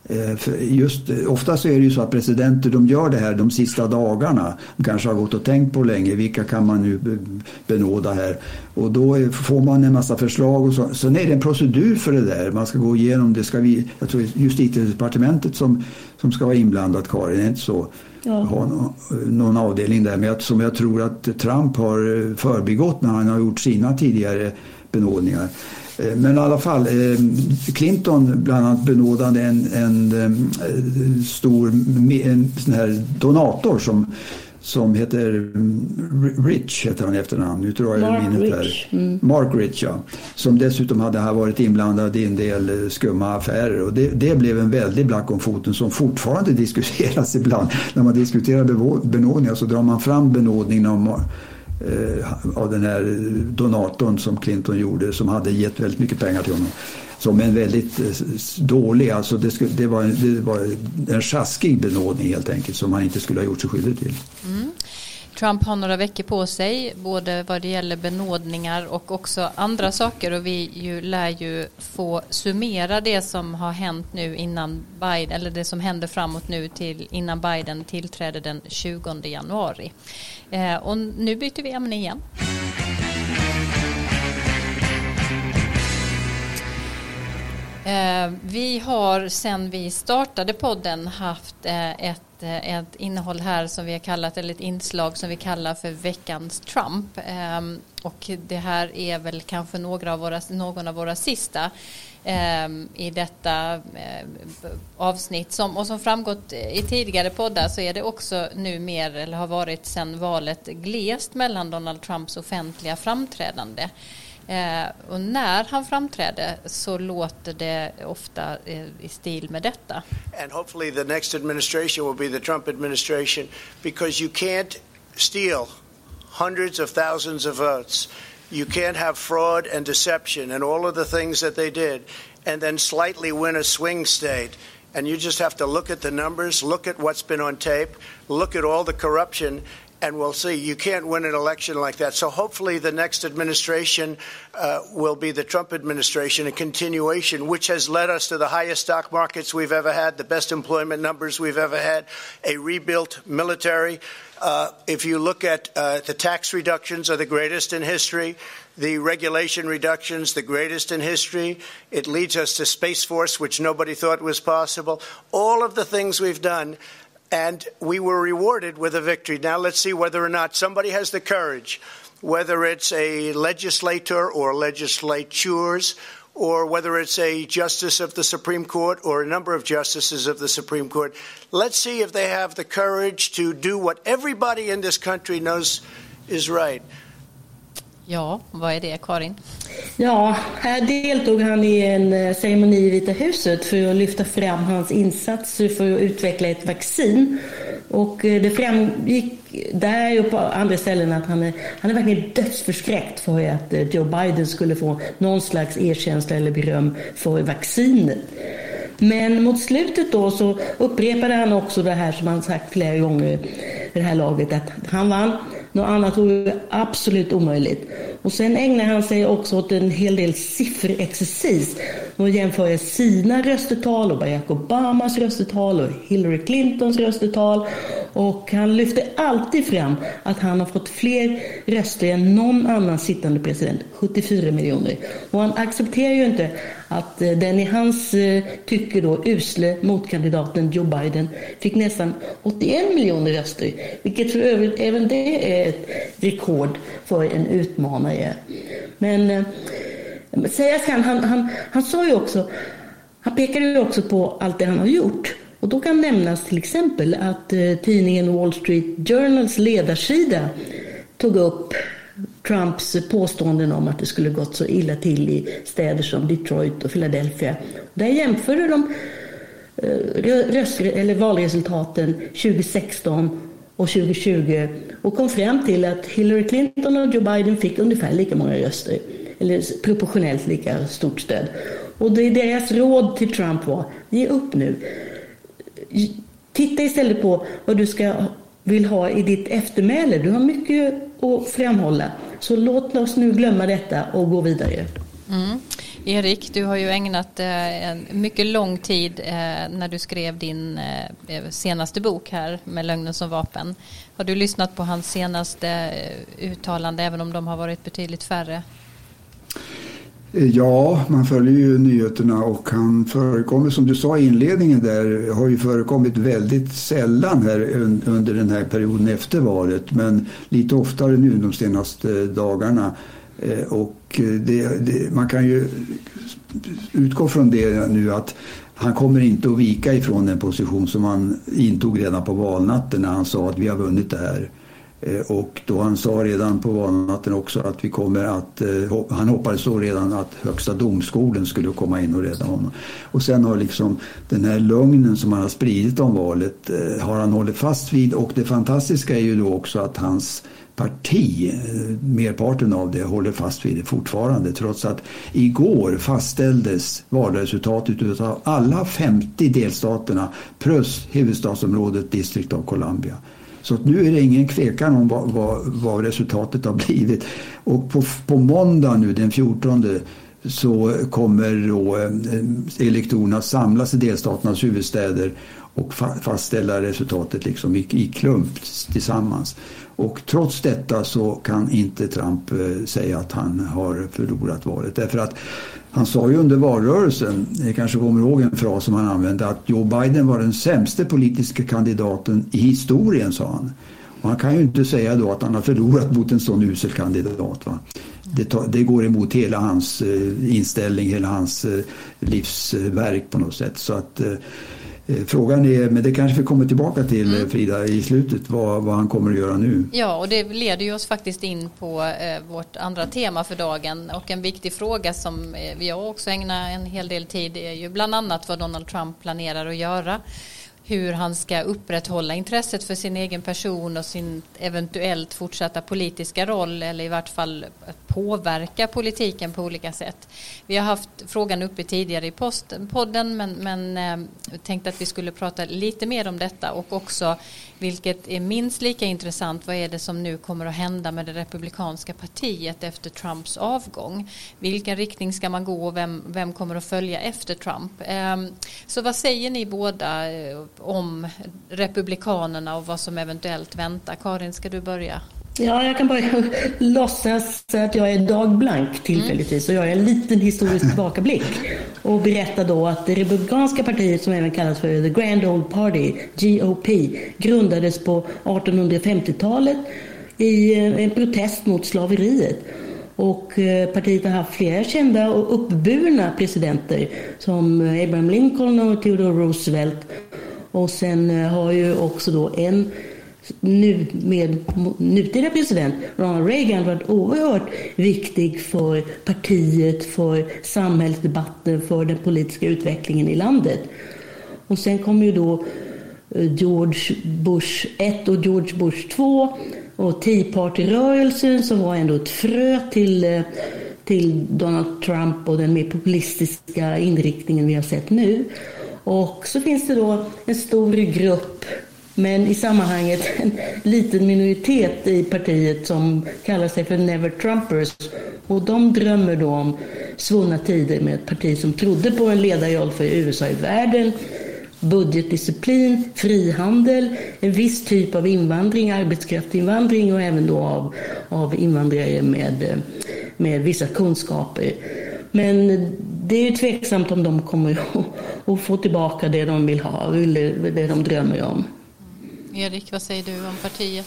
Ofta så är det ju så att presidenter de gör det här de sista dagarna. De kanske har gått och tänkt på länge, vilka kan man nu benåda här, och då får man en massa förslag och så. Sen är det en procedur för det där, man ska gå igenom det. Jag tror Justitiedepartementet som ska vara inblandat, Karin, är inte så. Ha någon avdelning där, men som jag tror att Trump har förbigått när han har gjort sina tidigare benådningar. Men i alla fall, Clinton bland annat benådade en stor sån här donator som heter Rich, heter han efternamn. Nu tror jag minnet här. Mark Rich, ja. Som dessutom hade varit inblandad i en del skumma affärer. Och det blev en väldig black om foten som fortfarande diskuteras ibland. När man diskuterar benådningar så drar man fram benådningen av den här donatorn som Clinton gjorde, som hade gett väldigt mycket pengar till honom, som en väldigt dålig, alltså det var en sjaskig benådning helt enkelt, som han inte skulle ha gjort sig skyldig till. Trump har några veckor på sig, både vad det gäller benådningar och också andra saker, och vi lär ju få summera det som har hänt nu innan Biden, eller det som händer framåt nu till innan Biden tillträder den 20 januari. Och nu byter vi ämne igen. Vi har sedan vi startade podden haft ett innehåll här som vi har kallat, eller ett inslag som vi kallar för veckans Trump. Och det här är väl kanske någon av våra sista i detta avsnitt. Som framgått i tidigare poddar så är det också nu mer, eller har varit sedan valet, glest mellan Donald Trumps offentliga framträdande. Och när han framträder så låter det ofta i stil med detta. And hopefully the next administration will be the Trump administration, because you can't steal hundreds of thousands of votes. You can't have fraud and deception and all of the things that they did and then slightly win a swing state. And you just have to look at the numbers, look at what's been on tape, look at all the corruption, and we'll see. You can't win an election like that. So hopefully the next administration will be the Trump administration, a continuation, which has led us to the highest stock markets we've ever had, the best employment numbers we've ever had, a rebuilt military. If you look at the tax reductions are the greatest in history, the regulation reductions, the greatest in history. It leads us to Space Force, which nobody thought was possible. All of the things we've done. And we were rewarded with a victory. Now let's see whether or not somebody has the courage, whether it's a legislator or legislatures, or whether it's a justice of the Supreme Court or a number of justices of the Supreme Court. Let's see if they have the courage to do what everybody in this country knows is right. Ja, vad är det, Karin? Ja, här deltog han i en ceremoni i Vita huset för att lyfta fram hans insatser för att utveckla ett vaccin. Och det framgick där och på andra ställen att han är verkligen dödsförskräckt för att Joe Biden skulle få någon slags erkänsla eller beröm för vaccinet. Men mot slutet då så upprepade han också det här som han sagt flera gånger i det här laget, att han vann. Något annat vore absolut omöjligt. Och sen ägnar han sig också åt en hel del sifferexercis och jämför sina röstetal och Barack Obamas röstetal och Hillary Clintons röstetal. Och han lyfter alltid fram att han har fått fler röster än någon annan sittande president, 74 miljoner. Och han accepterar ju inte att den i hans tycke då usle motkandidaten Joe Biden fick nästan 81 miljoner röster, vilket för övrigt även det är ett rekord för en utmanare. Men sägas kan, han sa ju också, han pekade ju också på allt det han har gjort. Och då kan nämnas till exempel att tidningen Wall Street Journals ledarsida tog upp Trumps påståenden om att det skulle gått så illa till i städer som Detroit och Philadelphia. Där jämförde de valresultaten 2016 och 2020 och kom fram till att Hillary Clinton och Joe Biden fick ungefär lika många röster, eller proportionellt lika stort stöd. Och det är deras råd till Trump var: ge upp nu. Titta istället på vad du vill ha i ditt eftermäle. Du har mycket att framhålla. Så låt oss nu glömma detta och gå vidare. Mm. Erik, du har ju ägnat en mycket lång tid när du skrev din senaste bok här med Lögnen som vapen. Har du lyssnat på hans senaste uttalande, även om de har varit betydligt färre? Ja, man följer ju nyheterna och han förekommer, som du sa i inledningen där, har ju förekommit väldigt sällan här under den här perioden efter valet, men lite oftare nu de senaste dagarna. Och man kan ju utgå från det nu att han kommer inte att vika ifrån den position som han intog redan på valnatten när han sa att vi har vunnit det här. Och då han sa redan på valnatten också att vi kommer att, han hoppades så redan att högsta domstolen skulle komma in och rädda honom. Och sen har liksom den här lögnen som han har spridit om valet har han hållit fast vid, och det fantastiska är ju då också att hans parti, merparten av det, håller fast vid det fortfarande, trots att igår fastställdes valresultatet utav alla 50 delstaterna plus huvudstadsområdet District of Columbia. Så nu är det ingen tvekan om vad resultatet har blivit. Och på måndag nu den 14 så kommer då elektorerna samlas i delstaternas huvudstäder och fastställa resultatet liksom i klump tillsammans. Och trots detta så kan inte Trump säga att han har förlorat valet. Därför att han sa ju under valrörelsen, jag kanske kommer ihåg en fras som han använde, att Joe Biden var den sämsta politiska kandidaten i historien, sa han. Och han kan ju inte säga då att han har förlorat mot en sån usel kandidat, va? Det går emot hela hans inställning, hela hans livsverk på något sätt. Så att frågan är, men det kanske vi kommer tillbaka till, Frida, i slutet, vad han kommer att göra nu. Ja, och det leder ju oss faktiskt in på vårt andra tema för dagen, och en viktig fråga som vi också ägnar en hel del tid är ju bland annat vad Donald Trump planerar att göra. Hur han ska upprätthålla intresset för sin egen person och sin eventuellt fortsatta politiska roll, eller i vart fall påverka politiken på olika sätt. Vi har haft frågan uppe tidigare i podden, men tänkte att vi skulle prata lite mer om detta, och också, vilket är minst lika intressant, vad är det som nu kommer att hända med det republikanska partiet efter Trumps avgång? Vilken riktning ska man gå och vem kommer att följa efter Trump? Så vad säger ni båda om republikanerna och vad som eventuellt väntar? Karin, ska du börja? Ja, jag kan bara låtsas att jag är dagblank tillfälligtvis och jag är en liten historisk tillbakablick och berätta då att det republikanska partiet, som även kallas för The Grand Old Party, GOP, grundades på 1850-talet i en protest mot slaveriet. Och partiet har haft flera kända och uppburna presidenter som Abraham Lincoln och Theodore Roosevelt. Och sen har ju också då en nutida president, Ronald Reagan, varit oerhört viktig för partiet, för samhällsdebatten, för den politiska utvecklingen i landet. Och sen kom ju då George Bush 1 och George Bush 2 och Tea Party-rörelsen, som var ändå ett frö till Donald Trump och den mer populistiska inriktningen vi har sett nu. Och så finns det då en stor grupp, men i sammanhanget en liten minoritet i partiet som kallar sig för Never Trumpers. Och de drömmer då om svunna tider med ett parti som trodde på en ledarroll för USA i världen, budgetdisciplin, frihandel, en viss typ av invandring, arbetskraftsinvandring och även då av invandrare med vissa kunskaper. Men det är ju tveksamt om de kommer att få tillbaka det de vill ha eller det de drömmer om. Erik, vad säger du om partiet?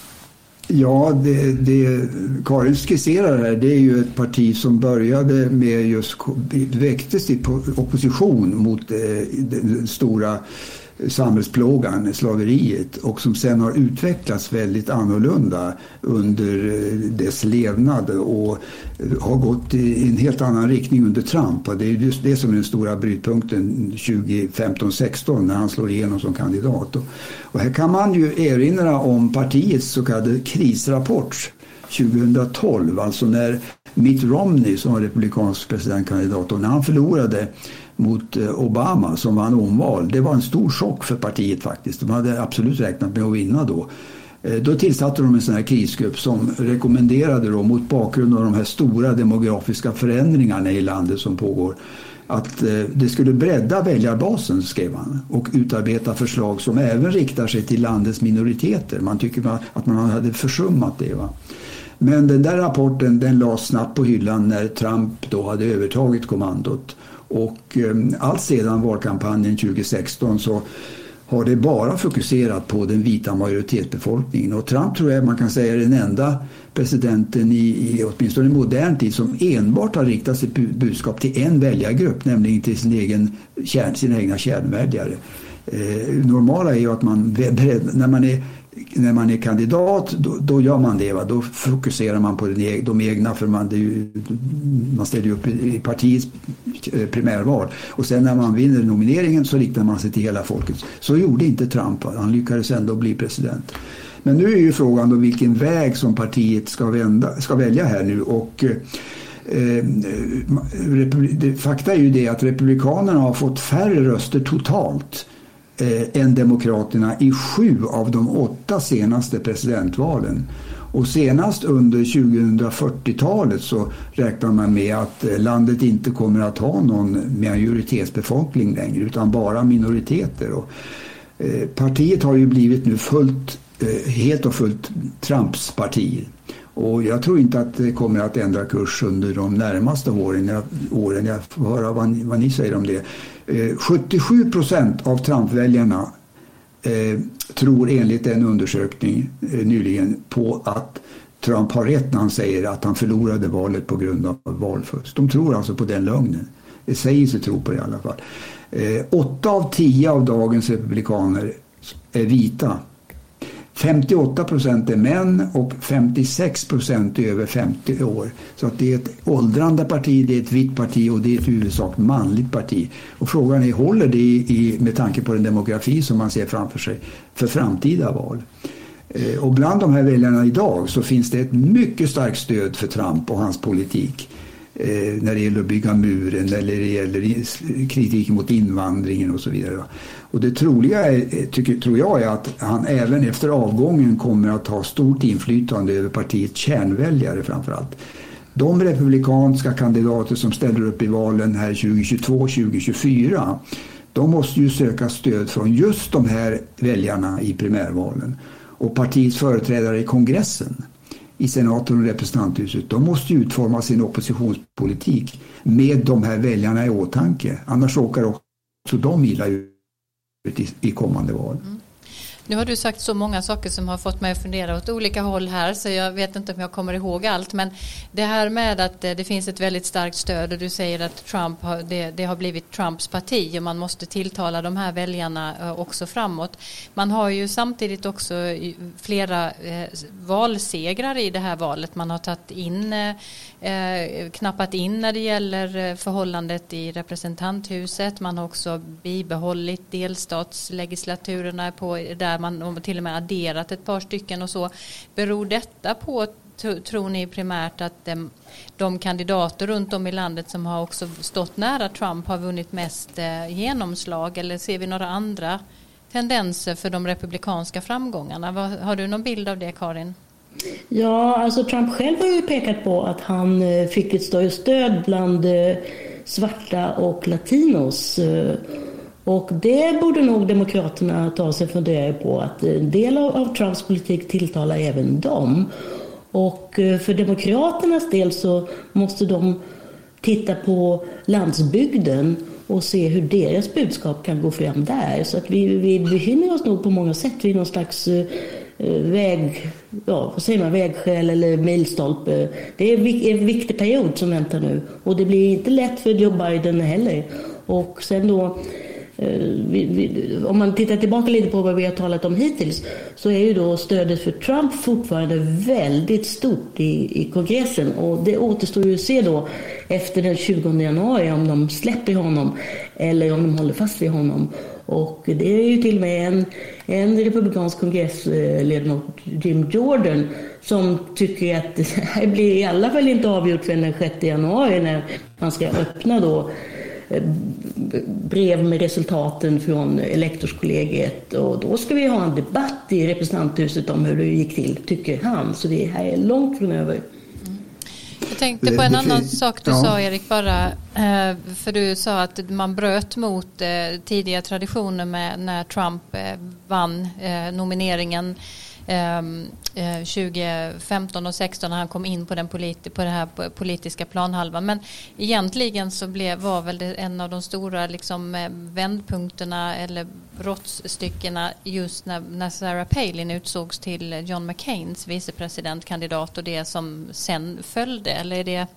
Ja, det Karin skisserar här, det är ju ett parti som började med väcktes i opposition mot den stora samhällsplågan, slaveriet, och som sen har utvecklats väldigt annorlunda under dess levnad och har gått i en helt annan riktning under Trump. Och det är just det som är den stora brytpunkten 2015-16 när han slår igenom som kandidat. Och här kan man ju erinra om partiets så kallade krisrapport 2012, alltså när Mitt Romney, som var republikansk presidentkandidat, och när han förlorade mot Obama som vann omval. Det var en stor chock för partiet faktiskt. De hade absolut räknat med att vinna då. Då tillsatte de en sån här krisgrupp som rekommenderade då, mot bakgrund av de här stora demografiska förändringarna i landet som pågår, att det skulle bredda väljarbasen, skrev han, och utarbeta förslag som även riktar sig till landets minoriteter. Man tycker att man hade försummat det, va. Men den där rapporten, den lades snabbt på hyllan när Trump då hade övertagit kommandot. Och allt sedan valkampanjen 2016 så har det bara fokuserat på den vita majoritetsbefolkningen. Och Trump, tror jag man kan säga, är den enda presidenten i åtminstone i modern tid som enbart har riktat sitt budskap till en väljargrupp, nämligen till sina egna kärnväljare. Normala är ju att när man är kandidat, då gör man det, va? Då fokuserar man på de egna, för man ställer upp i partiets primärval, och sen när man vinner nomineringen så riktar man sig till hela folket. Så gjorde inte Trump, han lyckades ändå bli president. Men nu är ju frågan då vilken väg som partiet ska välja här nu, och fakta är ju det att republikanerna har fått färre röster totalt än demokraterna i 7 av de 8 senaste presidentvalen. Och senast under 2040-talet så räknar man med att landet inte kommer att ha någon majoritetsbefolkning längre, utan bara minoriteter. Och partiet har ju blivit nu helt och fullt Trumps parti. Och jag tror inte att det kommer att ändra kurs under de närmaste åren. Jag får höra vad ni säger om det. 77% av Trump-väljarna tror enligt en undersökning nyligen på att Trump har rätt när han säger att han förlorade valet på grund av valfusk. De tror alltså på den lögnen. Det säger sig tro på det i alla fall. 8 av 10 av dagens republikaner är vita. 58% är män och 56% är över 50 år. Så att det är ett åldrande parti, det är ett vitt parti och det är ett huvudsak manligt parti. Och frågan är, håller det med tanke på den demografi som man ser framför sig för framtida val? Och bland de här väljarna idag så finns det ett mycket starkt stöd för Trump och hans politik. När det gäller att bygga muren eller det gäller kritik mot invandringen och så vidare. Och det troliga tror jag är att han även efter avgången kommer att ha stort inflytande över partiets kärnväljare framförallt. De republikanska kandidater som ställer upp i valen här 2022-2024, de måste ju söka stöd från just de här väljarna i primärvalen. Och partiets företrädare i kongressen, i senaten och representanthuset, de måste utforma sin oppositionspolitik med de här väljarna i åtanke. Annars åker också de illa ut i kommande val. Nu har du sagt så många saker som har fått mig att fundera åt olika håll här, så jag vet inte om jag kommer ihåg allt, men det här med att det finns ett väldigt starkt stöd och du säger att Trump det har blivit Trumps parti och man måste tilltala de här väljarna också framåt. Man har ju samtidigt också flera valsegrar i det här valet. Man har knappat in när det gäller förhållandet i representanthuset. Man har också bibehållit delstatslegislaturerna på där man till och med adderat ett par stycken och så. Beror detta på, tror ni primärt, att de kandidater runt om i landet som har också stått nära Trump har vunnit mest genomslag, eller ser vi några andra tendenser för de republikanska framgångarna? Har du någon bild av det, Karin? Ja, alltså Trump själv har ju pekat på att han fick ett större stöd bland svarta och latinos. Och det borde nog demokraterna ta sig fundera på, att en del av Trumps politik tilltalar även dem. Och för demokraternas del så måste de titta på landsbygden och se hur deras budskap kan gå fram där. Så att vi befinner oss nog på många sätt vid någon slags vägskäl eller milstolpe. Det är en viktig period som väntar nu. Och det blir inte lätt för Joe Biden heller. Och sen då, om man tittar tillbaka lite på vad vi har talat om hittills, så är ju då stödet för Trump fortfarande väldigt stort i kongressen, och det återstår ju att se då efter den 20 januari om de släpper honom eller om de håller fast vid honom. Och det är ju till och med en republikansk kongressledamot, Jim Jordan, som tycker att det här blir i alla fall inte avgjort för den 6 januari när man ska öppna då brev med resultaten från elektorskollegiet, och då ska vi ha en debatt i representanthuset om hur det gick till, tycker han. Så det här är långt från över. Jag tänkte på en annan sak du sa, Erik, bara för du sa att man bröt mot tidiga traditioner med när Trump vann nomineringen 2015 och 16 när han kom in på den politiska planhalvan. Men egentligen så var väl det en av de stora vändpunkterna eller brottsstyckena just när Sarah Palin utsågs till John McCains vicepresidentkandidat och det som sen följde. Eller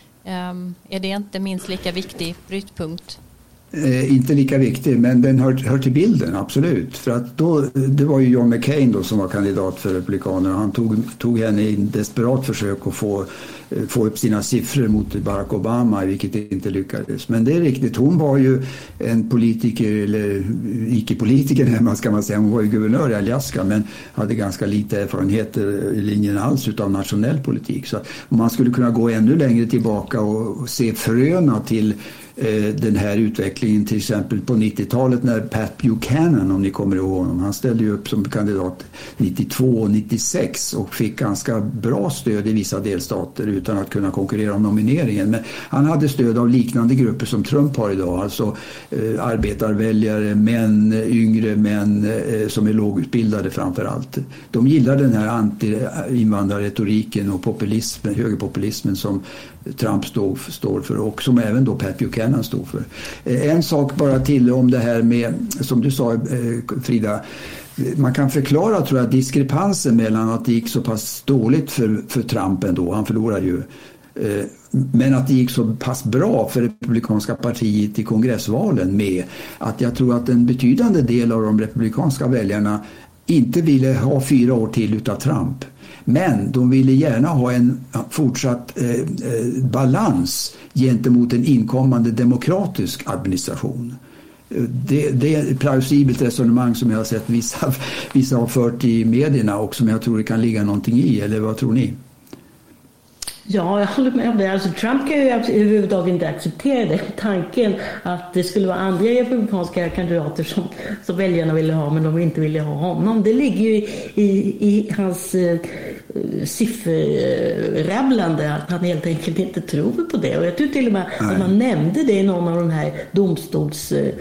är det inte minst lika viktig brytpunkt? Inte lika viktig, men den hör till bilden, absolut. För att det var ju John McCain då som var kandidat för Republikanerna. Han tog henne i en desperat försök att få upp sina siffror mot Barack Obama, vilket inte lyckades. Men det är riktigt, hon var ju en politiker, eller icke-politiker hemma ska man säga. Hon var ju guvernör i Alaska, men hade ganska lite erfarenheter i linjen alls utav nationell politik. Så man skulle kunna gå ännu längre tillbaka och se fröna till den här utvecklingen, till exempel på 90-talet när Pat Buchanan, om ni kommer ihåg honom, han ställde ju upp som kandidat 92 och 96 och fick ganska bra stöd i vissa delstater utan att kunna konkurrera om nomineringen. Men han hade stöd av liknande grupper som Trump har idag, alltså arbetarväljare, män, yngre män som är lågutbildade framför allt. De gillar den här anti-invandrarretoriken och populismen, högerpopulismen som Trump står för, och som även då Pat Buchanan stod för. En sak bara till om det här med, som du sa Frida, man kan förklara, tror jag, diskrepansen mellan att det gick så pass dåligt för Trump ändå, han förlorade ju, men att det gick så pass bra för republikanska partiet i kongressvalen, med att jag tror att en betydande del av de republikanska väljarna inte ville ha 4 år till utav Trump. Men de ville gärna ha en fortsatt balans gentemot en inkommande demokratisk administration. Det är ett plausibelt resonemang som jag har sett vissa har fört i medierna och som jag tror det kan ligga någonting i, eller vad tror ni? Ja, jag håller med om det. Alltså, Trump kan ju överhuvudtaget inte acceptera det. Tanken att det skulle vara andra republikanska kandidater som väljarna ville ha, men de inte ville ha honom. Det ligger ju i hans sifferrabblande att han helt enkelt inte tror på det. Och jag tror till och med att man nämnde det i någon av de här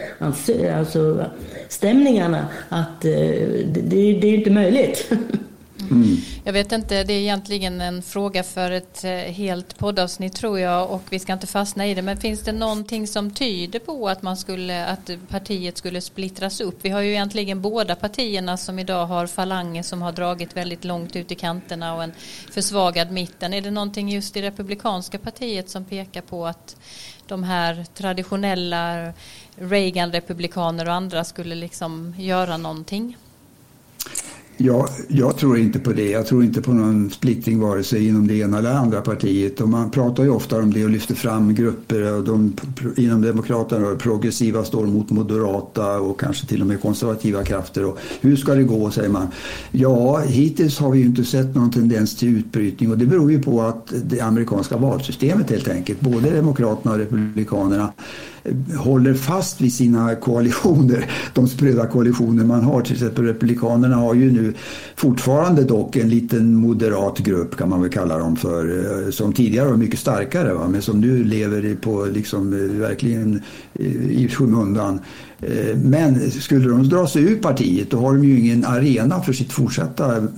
domstolsstämningarna att det är inte möjligt. Jag vet inte, det är egentligen en fråga för ett helt poddavsnitt tror jag, och vi ska inte fastna i det, men finns det någonting som tyder på att att partiet skulle splittras upp? Vi har ju egentligen båda partierna som idag har falanger som har dragit väldigt långt ut i kanterna och en försvagad mitten. Är det någonting just i republikanska partiet som pekar på att de här traditionella Reagan-republikaner och andra skulle liksom göra någonting? Ja, jag tror inte på det. Jag tror inte på någon splittring vare sig inom det ena eller andra partiet. Och man pratar ju ofta om det och lyfter fram grupper. Och inom Demokraterna och progressiva står mot moderata och kanske till och med konservativa krafter. Och hur ska det gå, säger man. Ja, hittills har vi ju inte sett någon tendens till utbrytning. Och det beror ju på att det amerikanska valsystemet helt enkelt, både Demokraterna och Republikanerna, håller fast vid sina koalitioner, de spröda koalitioner man har. Till exempel Republikanerna har ju nu fortfarande dock en liten moderat grupp, kan man väl kalla dem för, som tidigare var mycket starkare, va? Men som nu lever på liksom verkligen i skymundan. Men skulle de dra sig ur partiet, då har de ju ingen arena för sitt fortsatta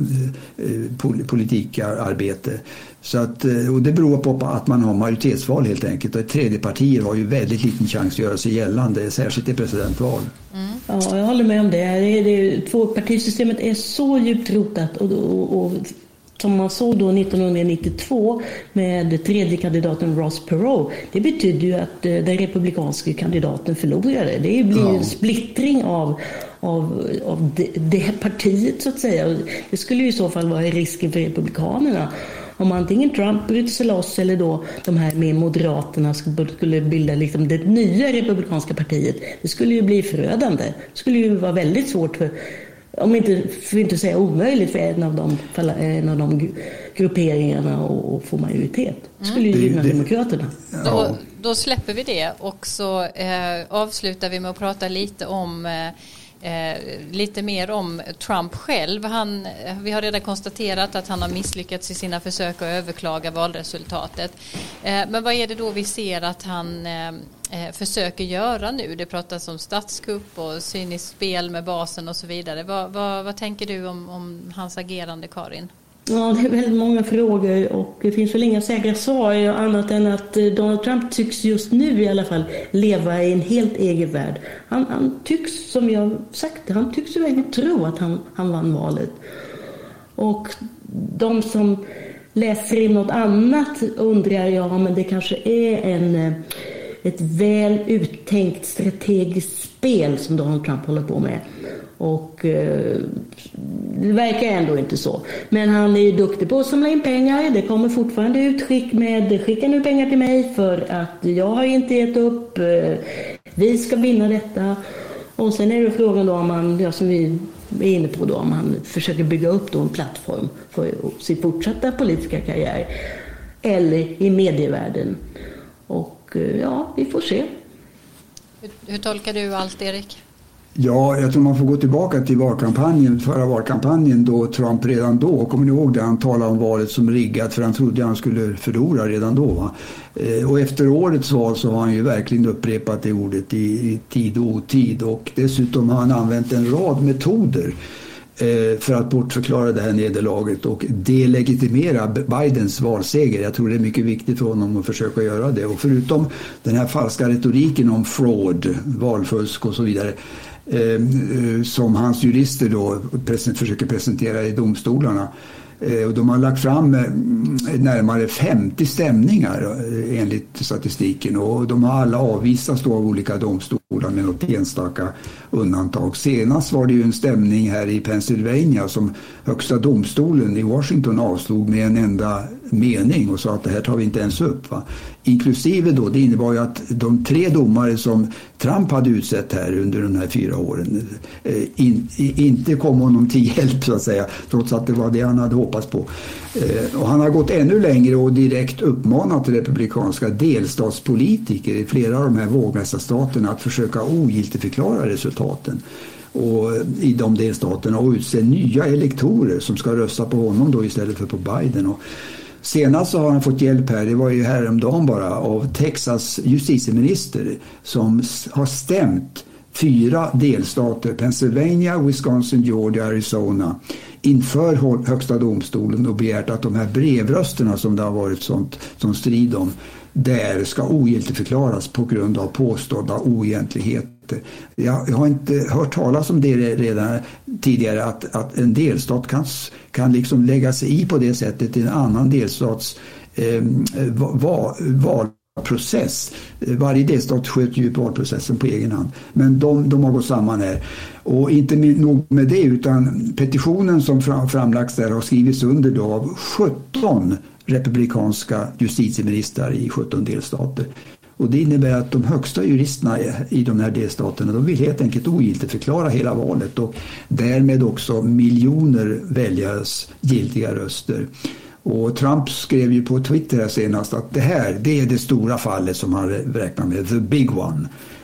politikarbete. Så att, och det beror på att man har majoritetsval helt enkelt. Och ett tredje parti har ju väldigt liten chans att göra sig gällande, särskilt i presidentval. Ja, jag håller med om det. Tvåpartisystemet är så djupt rotat och som man såg då 1992 med tredje kandidaten Ross Perot, det betyder ju att den republikanska kandidaten förlorade. Det blir en splittring av det partiet så att säga. Det skulle ju i så fall vara risken för republikanerna. Om antingen Trump bryter sig loss eller då de här med moderaterna skulle bilda liksom det nya republikanska partiet, det skulle ju bli förödande. Det skulle ju vara väldigt svårt för inte säga omöjligt för en av de grupperingarna att få majoritet. Det skulle ju gynna demokraterna. Då släpper vi det och så avslutar vi med att prata lite mer om Trump själv. Vi har redan konstaterat att han har misslyckats i sina försök att överklaga valresultatet. Men vad är det då vi ser att han försöker göra nu? Det pratas om statskupp och cyniskt spel med basen och så vidare. Vad tänker du om hans agerande, Karin? Ja, det är väldigt många frågor och det finns väl inga säkra svar annat än att Donald Trump tycks just nu i alla fall leva i en helt egen värld. Han tycks, som jag sagt, han tycks ju verkligen tro att han vann valet. Och de som läser in något annat undrar men det kanske är ett väl uttänkt strategiskt spel som Donald Trump håller på med. Och det verkar ändå inte så. Men han är ju duktig på att samla in pengar. Det kommer fortfarande utskick med skicka nu pengar till mig för att jag har inte gett upp. Vi ska vinna detta. Och sen är det frågan då om han, som vi är inne på då, om han försöker bygga upp då en plattform för sin fortsatta politiska karriär. Eller i medievärlden. Och vi får se. Hur tolkar du allt, Erik? Ja, jag tror man får gå tillbaka till förra valkampanjen då Trump redan då, kommer ni ihåg det, han talade om valet som riggat för han trodde han skulle förlora redan då, va? Och efter årets val så har han ju verkligen upprepat det ordet i tid och otid och dessutom har han använt en rad metoder för att bortförklara det här nederlaget och delegitimera Bidens valseger. Jag tror det är mycket viktigt för honom att försöka göra det. Och förutom den här falska retoriken om fraud, valfusk och så vidare som hans jurister då försöker presentera i domstolarna. Och de har lagt fram närmare 50 stämningar enligt statistiken och de har alla avvisats då av olika domstolar med något enstaka undantag. Senast var det ju en stämning här i Pennsylvania som högsta domstolen i Washington avslog med en enda mening och sa att det här tar vi inte ens upp, va? Inklusive då, det innebar ju att de 3 domare som Trump hade utsett här under de här 4 åren inte kom honom till hjälp så att säga, trots att det var det han hade hoppats på. Och han har gått ännu längre och direkt uppmanat republikanska delstatspolitiker i flera av de här vågmästarstaterna att försöka ogiltigförklara resultaten och i de delstaterna och utse nya elektorer som ska rösta på honom då istället för på Biden. Och senast så har han fått hjälp här, det var ju häromdagen bara, av Texas justitieminister som har stämt 4 delstater, Pennsylvania, Wisconsin, Georgia, Arizona, inför högsta domstolen och begärt att de här brevrösterna som det har varit som strid om, där ska ogiltigförklaras på grund av påstådda oegentligheter. Jag har inte hört talas om det redan tidigare, att en delstat kan liksom lägga sig i på det sättet i en annan delstats valprocess. Varje delstat sköter ju valprocessen på egen hand. Men de har gått samman här. Och inte nog med det, utan petitionen som framlagts där har skrivits under då av 17 republikanska justitieministrar i 17 delstater. Och det innebär att de högsta juristerna i de här delstaterna, de vill helt enkelt ogiltigförklara hela valet och därmed också miljoner väljares giltiga röster. Och Trump skrev ju på Twitter här senast att det är det stora fallet som han räknar med, the big one.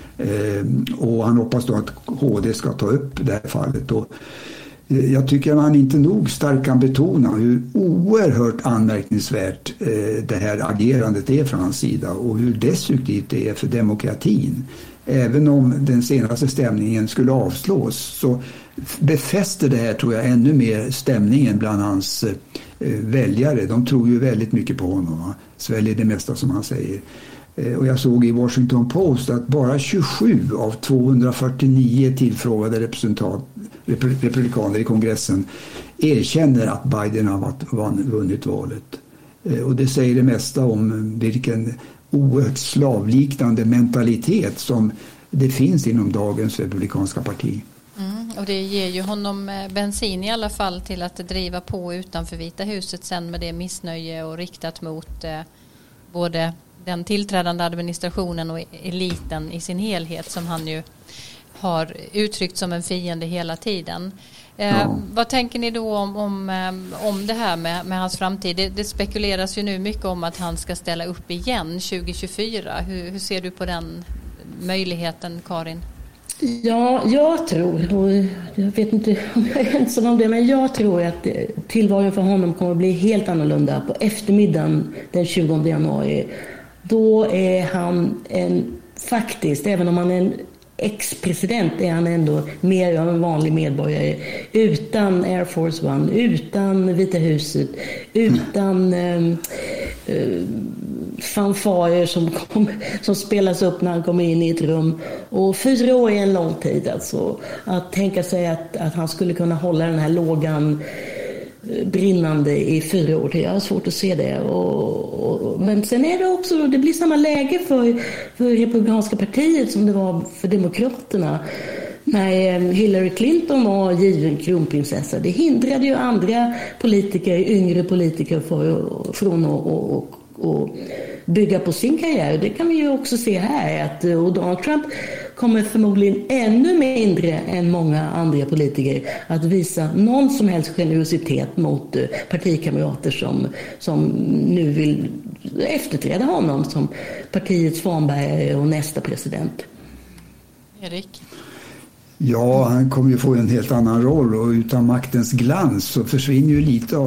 Och han hoppas då att HD ska ta upp det här fallet. Och jag tycker att man inte nog starkt kan betona hur oerhört anmärkningsvärt det här agerandet är från hans sida och hur destruktivt det är för demokratin. Även om den senaste stämningen skulle avslås så befäster det här, tror jag, ännu mer stämningen bland hans väljare. De tror ju väldigt mycket på honom, sväljer det mesta som han säger. Och jag såg i Washington Post att bara 27 av 249 tillfrågade republikaner i kongressen erkänner att Biden har vunnit valet. Och det säger det mesta om vilken oerhört slavliknande mentalitet som det finns inom dagens republikanska parti. Och det ger ju honom bensin i alla fall till att driva på utanför Vita huset sen med det missnöje och riktat mot både den tillträdande administrationen och eliten i sin helhet som han ju har uttryckt som en fiende hela tiden. Vad tänker ni då om det här med hans framtid? Det spekuleras ju nu mycket om att han ska ställa upp igen 2024. Hur ser du på den möjligheten, Karin? Ja, jag tror, och jag vet inte om jag är ensam om det, men jag tror att tillvaron för honom kommer att bli helt annorlunda på eftermiddagen den 20 januari. Då är han faktiskt, även om han är en ex-president, är han ändå mer av en vanlig medborgare utan Air Force One, utan Vita huset, utan fanfarer som spelas upp när han kommer in i ett rum. Och 4 år är en lång tid, alltså. Att tänka sig att han skulle kunna hålla den här lågan brinnande i 4 år. Jag har svårt att se det. Men sen är det också, det blir samma läge för republikanska partiet som det var för demokraterna när Hillary Clinton var given kronprinsessa. Det hindrade ju andra politiker, yngre politiker från att bygga på sin karriär. Det kan vi ju också se här, och Donald Trump kommer förmodligen ännu mindre än många andra politiker att visa någon som helst generositet mot partikamrater som nu vill efterträda honom som partiets fanbärare och nästa president. Erik? Ja, han kommer ju få en helt annan roll och utan maktens glans så försvinner ju lite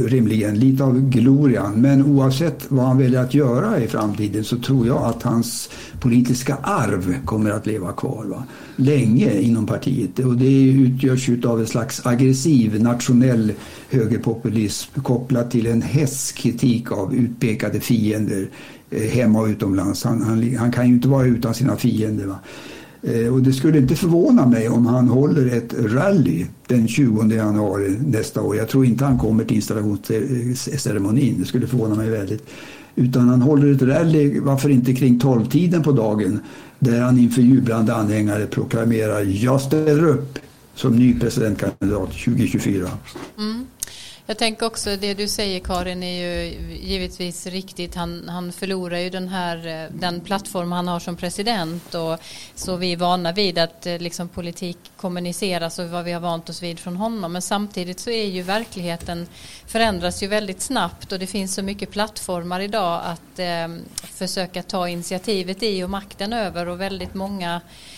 av glorian. Men oavsett vad han väljer att göra i framtiden så tror jag att hans politiska arv kommer att leva kvar länge inom partiet. Och det utgörs av en slags aggressiv nationell högerpopulism kopplat till en hätsk kritik av utpekade fiender hemma och utomlands. Han kan ju inte vara utan sina fiender, Och det skulle inte förvåna mig om han håller ett rally den 20 januari nästa år. Jag tror inte han kommer till installationsceremonin. Det skulle förvåna mig väldigt. Utan han håller ett rally, varför inte kring 12-tiden på dagen, där han inför jublande anhängare proklamerar: jag ställer upp som ny presidentkandidat 2024. Jag tänker också, det du säger, Karin, är ju givetvis riktigt. Han förlorar ju den plattform han har som president, och så vi är vana vid att liksom politik kommuniceras och vad vi har vant oss vid från honom. Men samtidigt så är ju verkligheten förändras ju väldigt snabbt, och det finns så mycket plattformar idag att försöka ta initiativet i och makten över, och väldigt många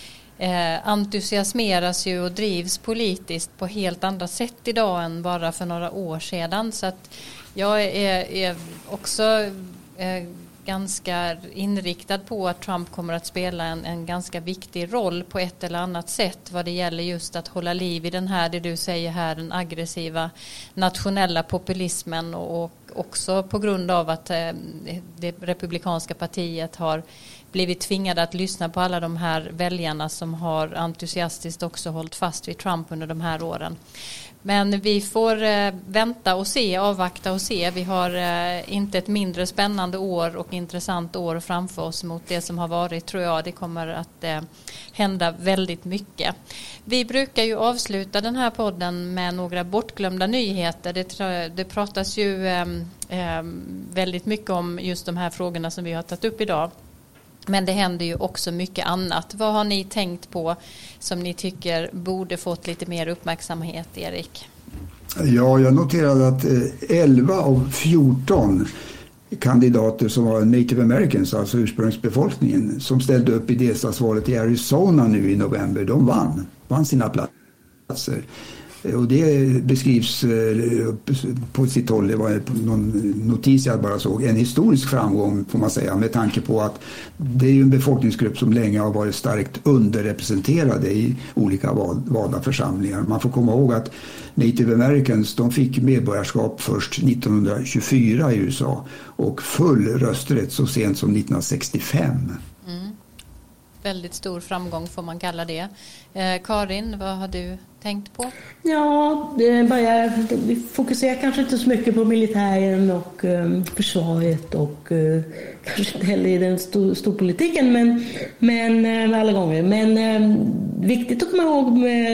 entusiasmeras ju och drivs politiskt på helt andra sätt idag än bara för några år sedan. Så att jag är också ganska inriktad på att Trump kommer att spela en ganska viktig roll på ett eller annat sätt vad det gäller just att hålla liv i den här, det du säger här, den aggressiva nationella populismen, och också på grund av att det republikanska partiet har blivit tvingade att lyssna på alla de här väljarna som har entusiastiskt också hållit fast vid Trump under de här åren. Men vi får vänta och se, avvakta och se. Vi har inte ett mindre spännande år och intressant år framför oss mot det som har varit, tror jag. Det kommer att hända väldigt mycket. Vi brukar ju avsluta den här podden med några bortglömda nyheter. Det pratas ju väldigt mycket om just de här frågorna som vi har tagit upp idag. Men det händer ju också mycket annat. Vad har ni tänkt på som ni tycker borde fått lite mer uppmärksamhet, Erik? Ja, jag noterade att 11 av 14 kandidater som var Native Americans, alltså ursprungsbefolkningen, som ställde upp i delstatsvalet i Arizona nu i november, de vann sina platser. Och det beskrivs på sitt håll, det var någon notis jag bara såg, en historisk framgång får man säga, med tanke på att det är ju en befolkningsgrupp som länge har varit starkt underrepresenterade i olika valda församlingar. Man får komma ihåg att Native Americans, de fick medborgarskap först 1924 i USA och full rösträtt så sent som 1965. Väldigt stor framgång får man kalla det. Karin, vad har du tänkt på? Ja, vi fokuserar kanske inte så mycket på militären och försvaret och kanske inte heller i den storpolitiken men alla gånger. Men viktigt att komma ihåg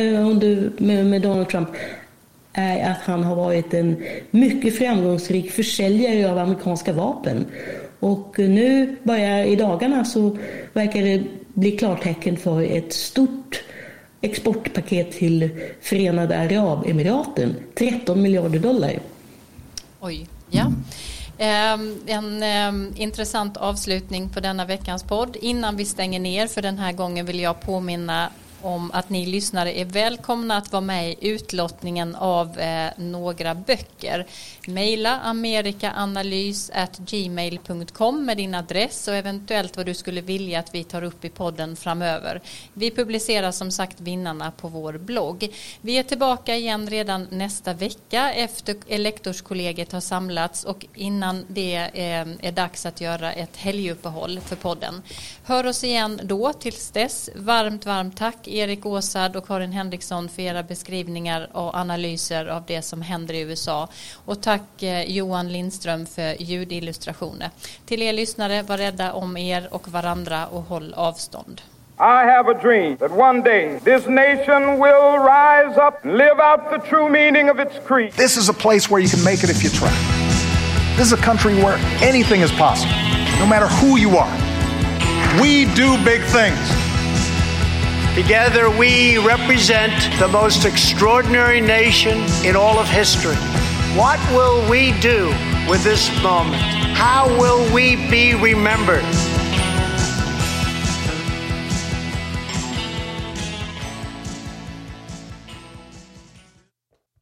med Donald Trump är att han har varit en mycket framgångsrik försäljare av amerikanska vapen. Och nu i dagarna så verkar det bli klartecken för ett stort exportpaket till Förenade Arabemiraten, $13 miljarder. Oj, ja. En intressant avslutning på denna veckans podd. Innan vi stänger ner för den här gången vill jag påminna om att ni lyssnare är välkomna att vara med i utlottningen av några böcker. Maila amerikaanalys@gmail.com med din adress och eventuellt vad du skulle vilja att vi tar upp i podden framöver. Vi publicerar som sagt vinnarna på vår blogg. Vi är tillbaka igen redan nästa vecka efter elektorskollegiet har samlats och innan det är dags att göra ett helguppehåll för podden. Hör oss igen då, tills dess. Varmt tack Erik Åsard och Karin Henriksson för era beskrivningar och analyser av det som händer i USA. Och tack Johan Lindström för ljudillustrationer. Till er lyssnare, var rädda om er och varandra och håll avstånd. I have a dream that one day this nation will rise up and live out the true meaning of its creed. This is a place where you can make it if you try. This is a country where anything is possible, no matter who you are. We do big things. Together we represent the most extraordinary nation in all of history. What will we do with this moment? How will we be remembered?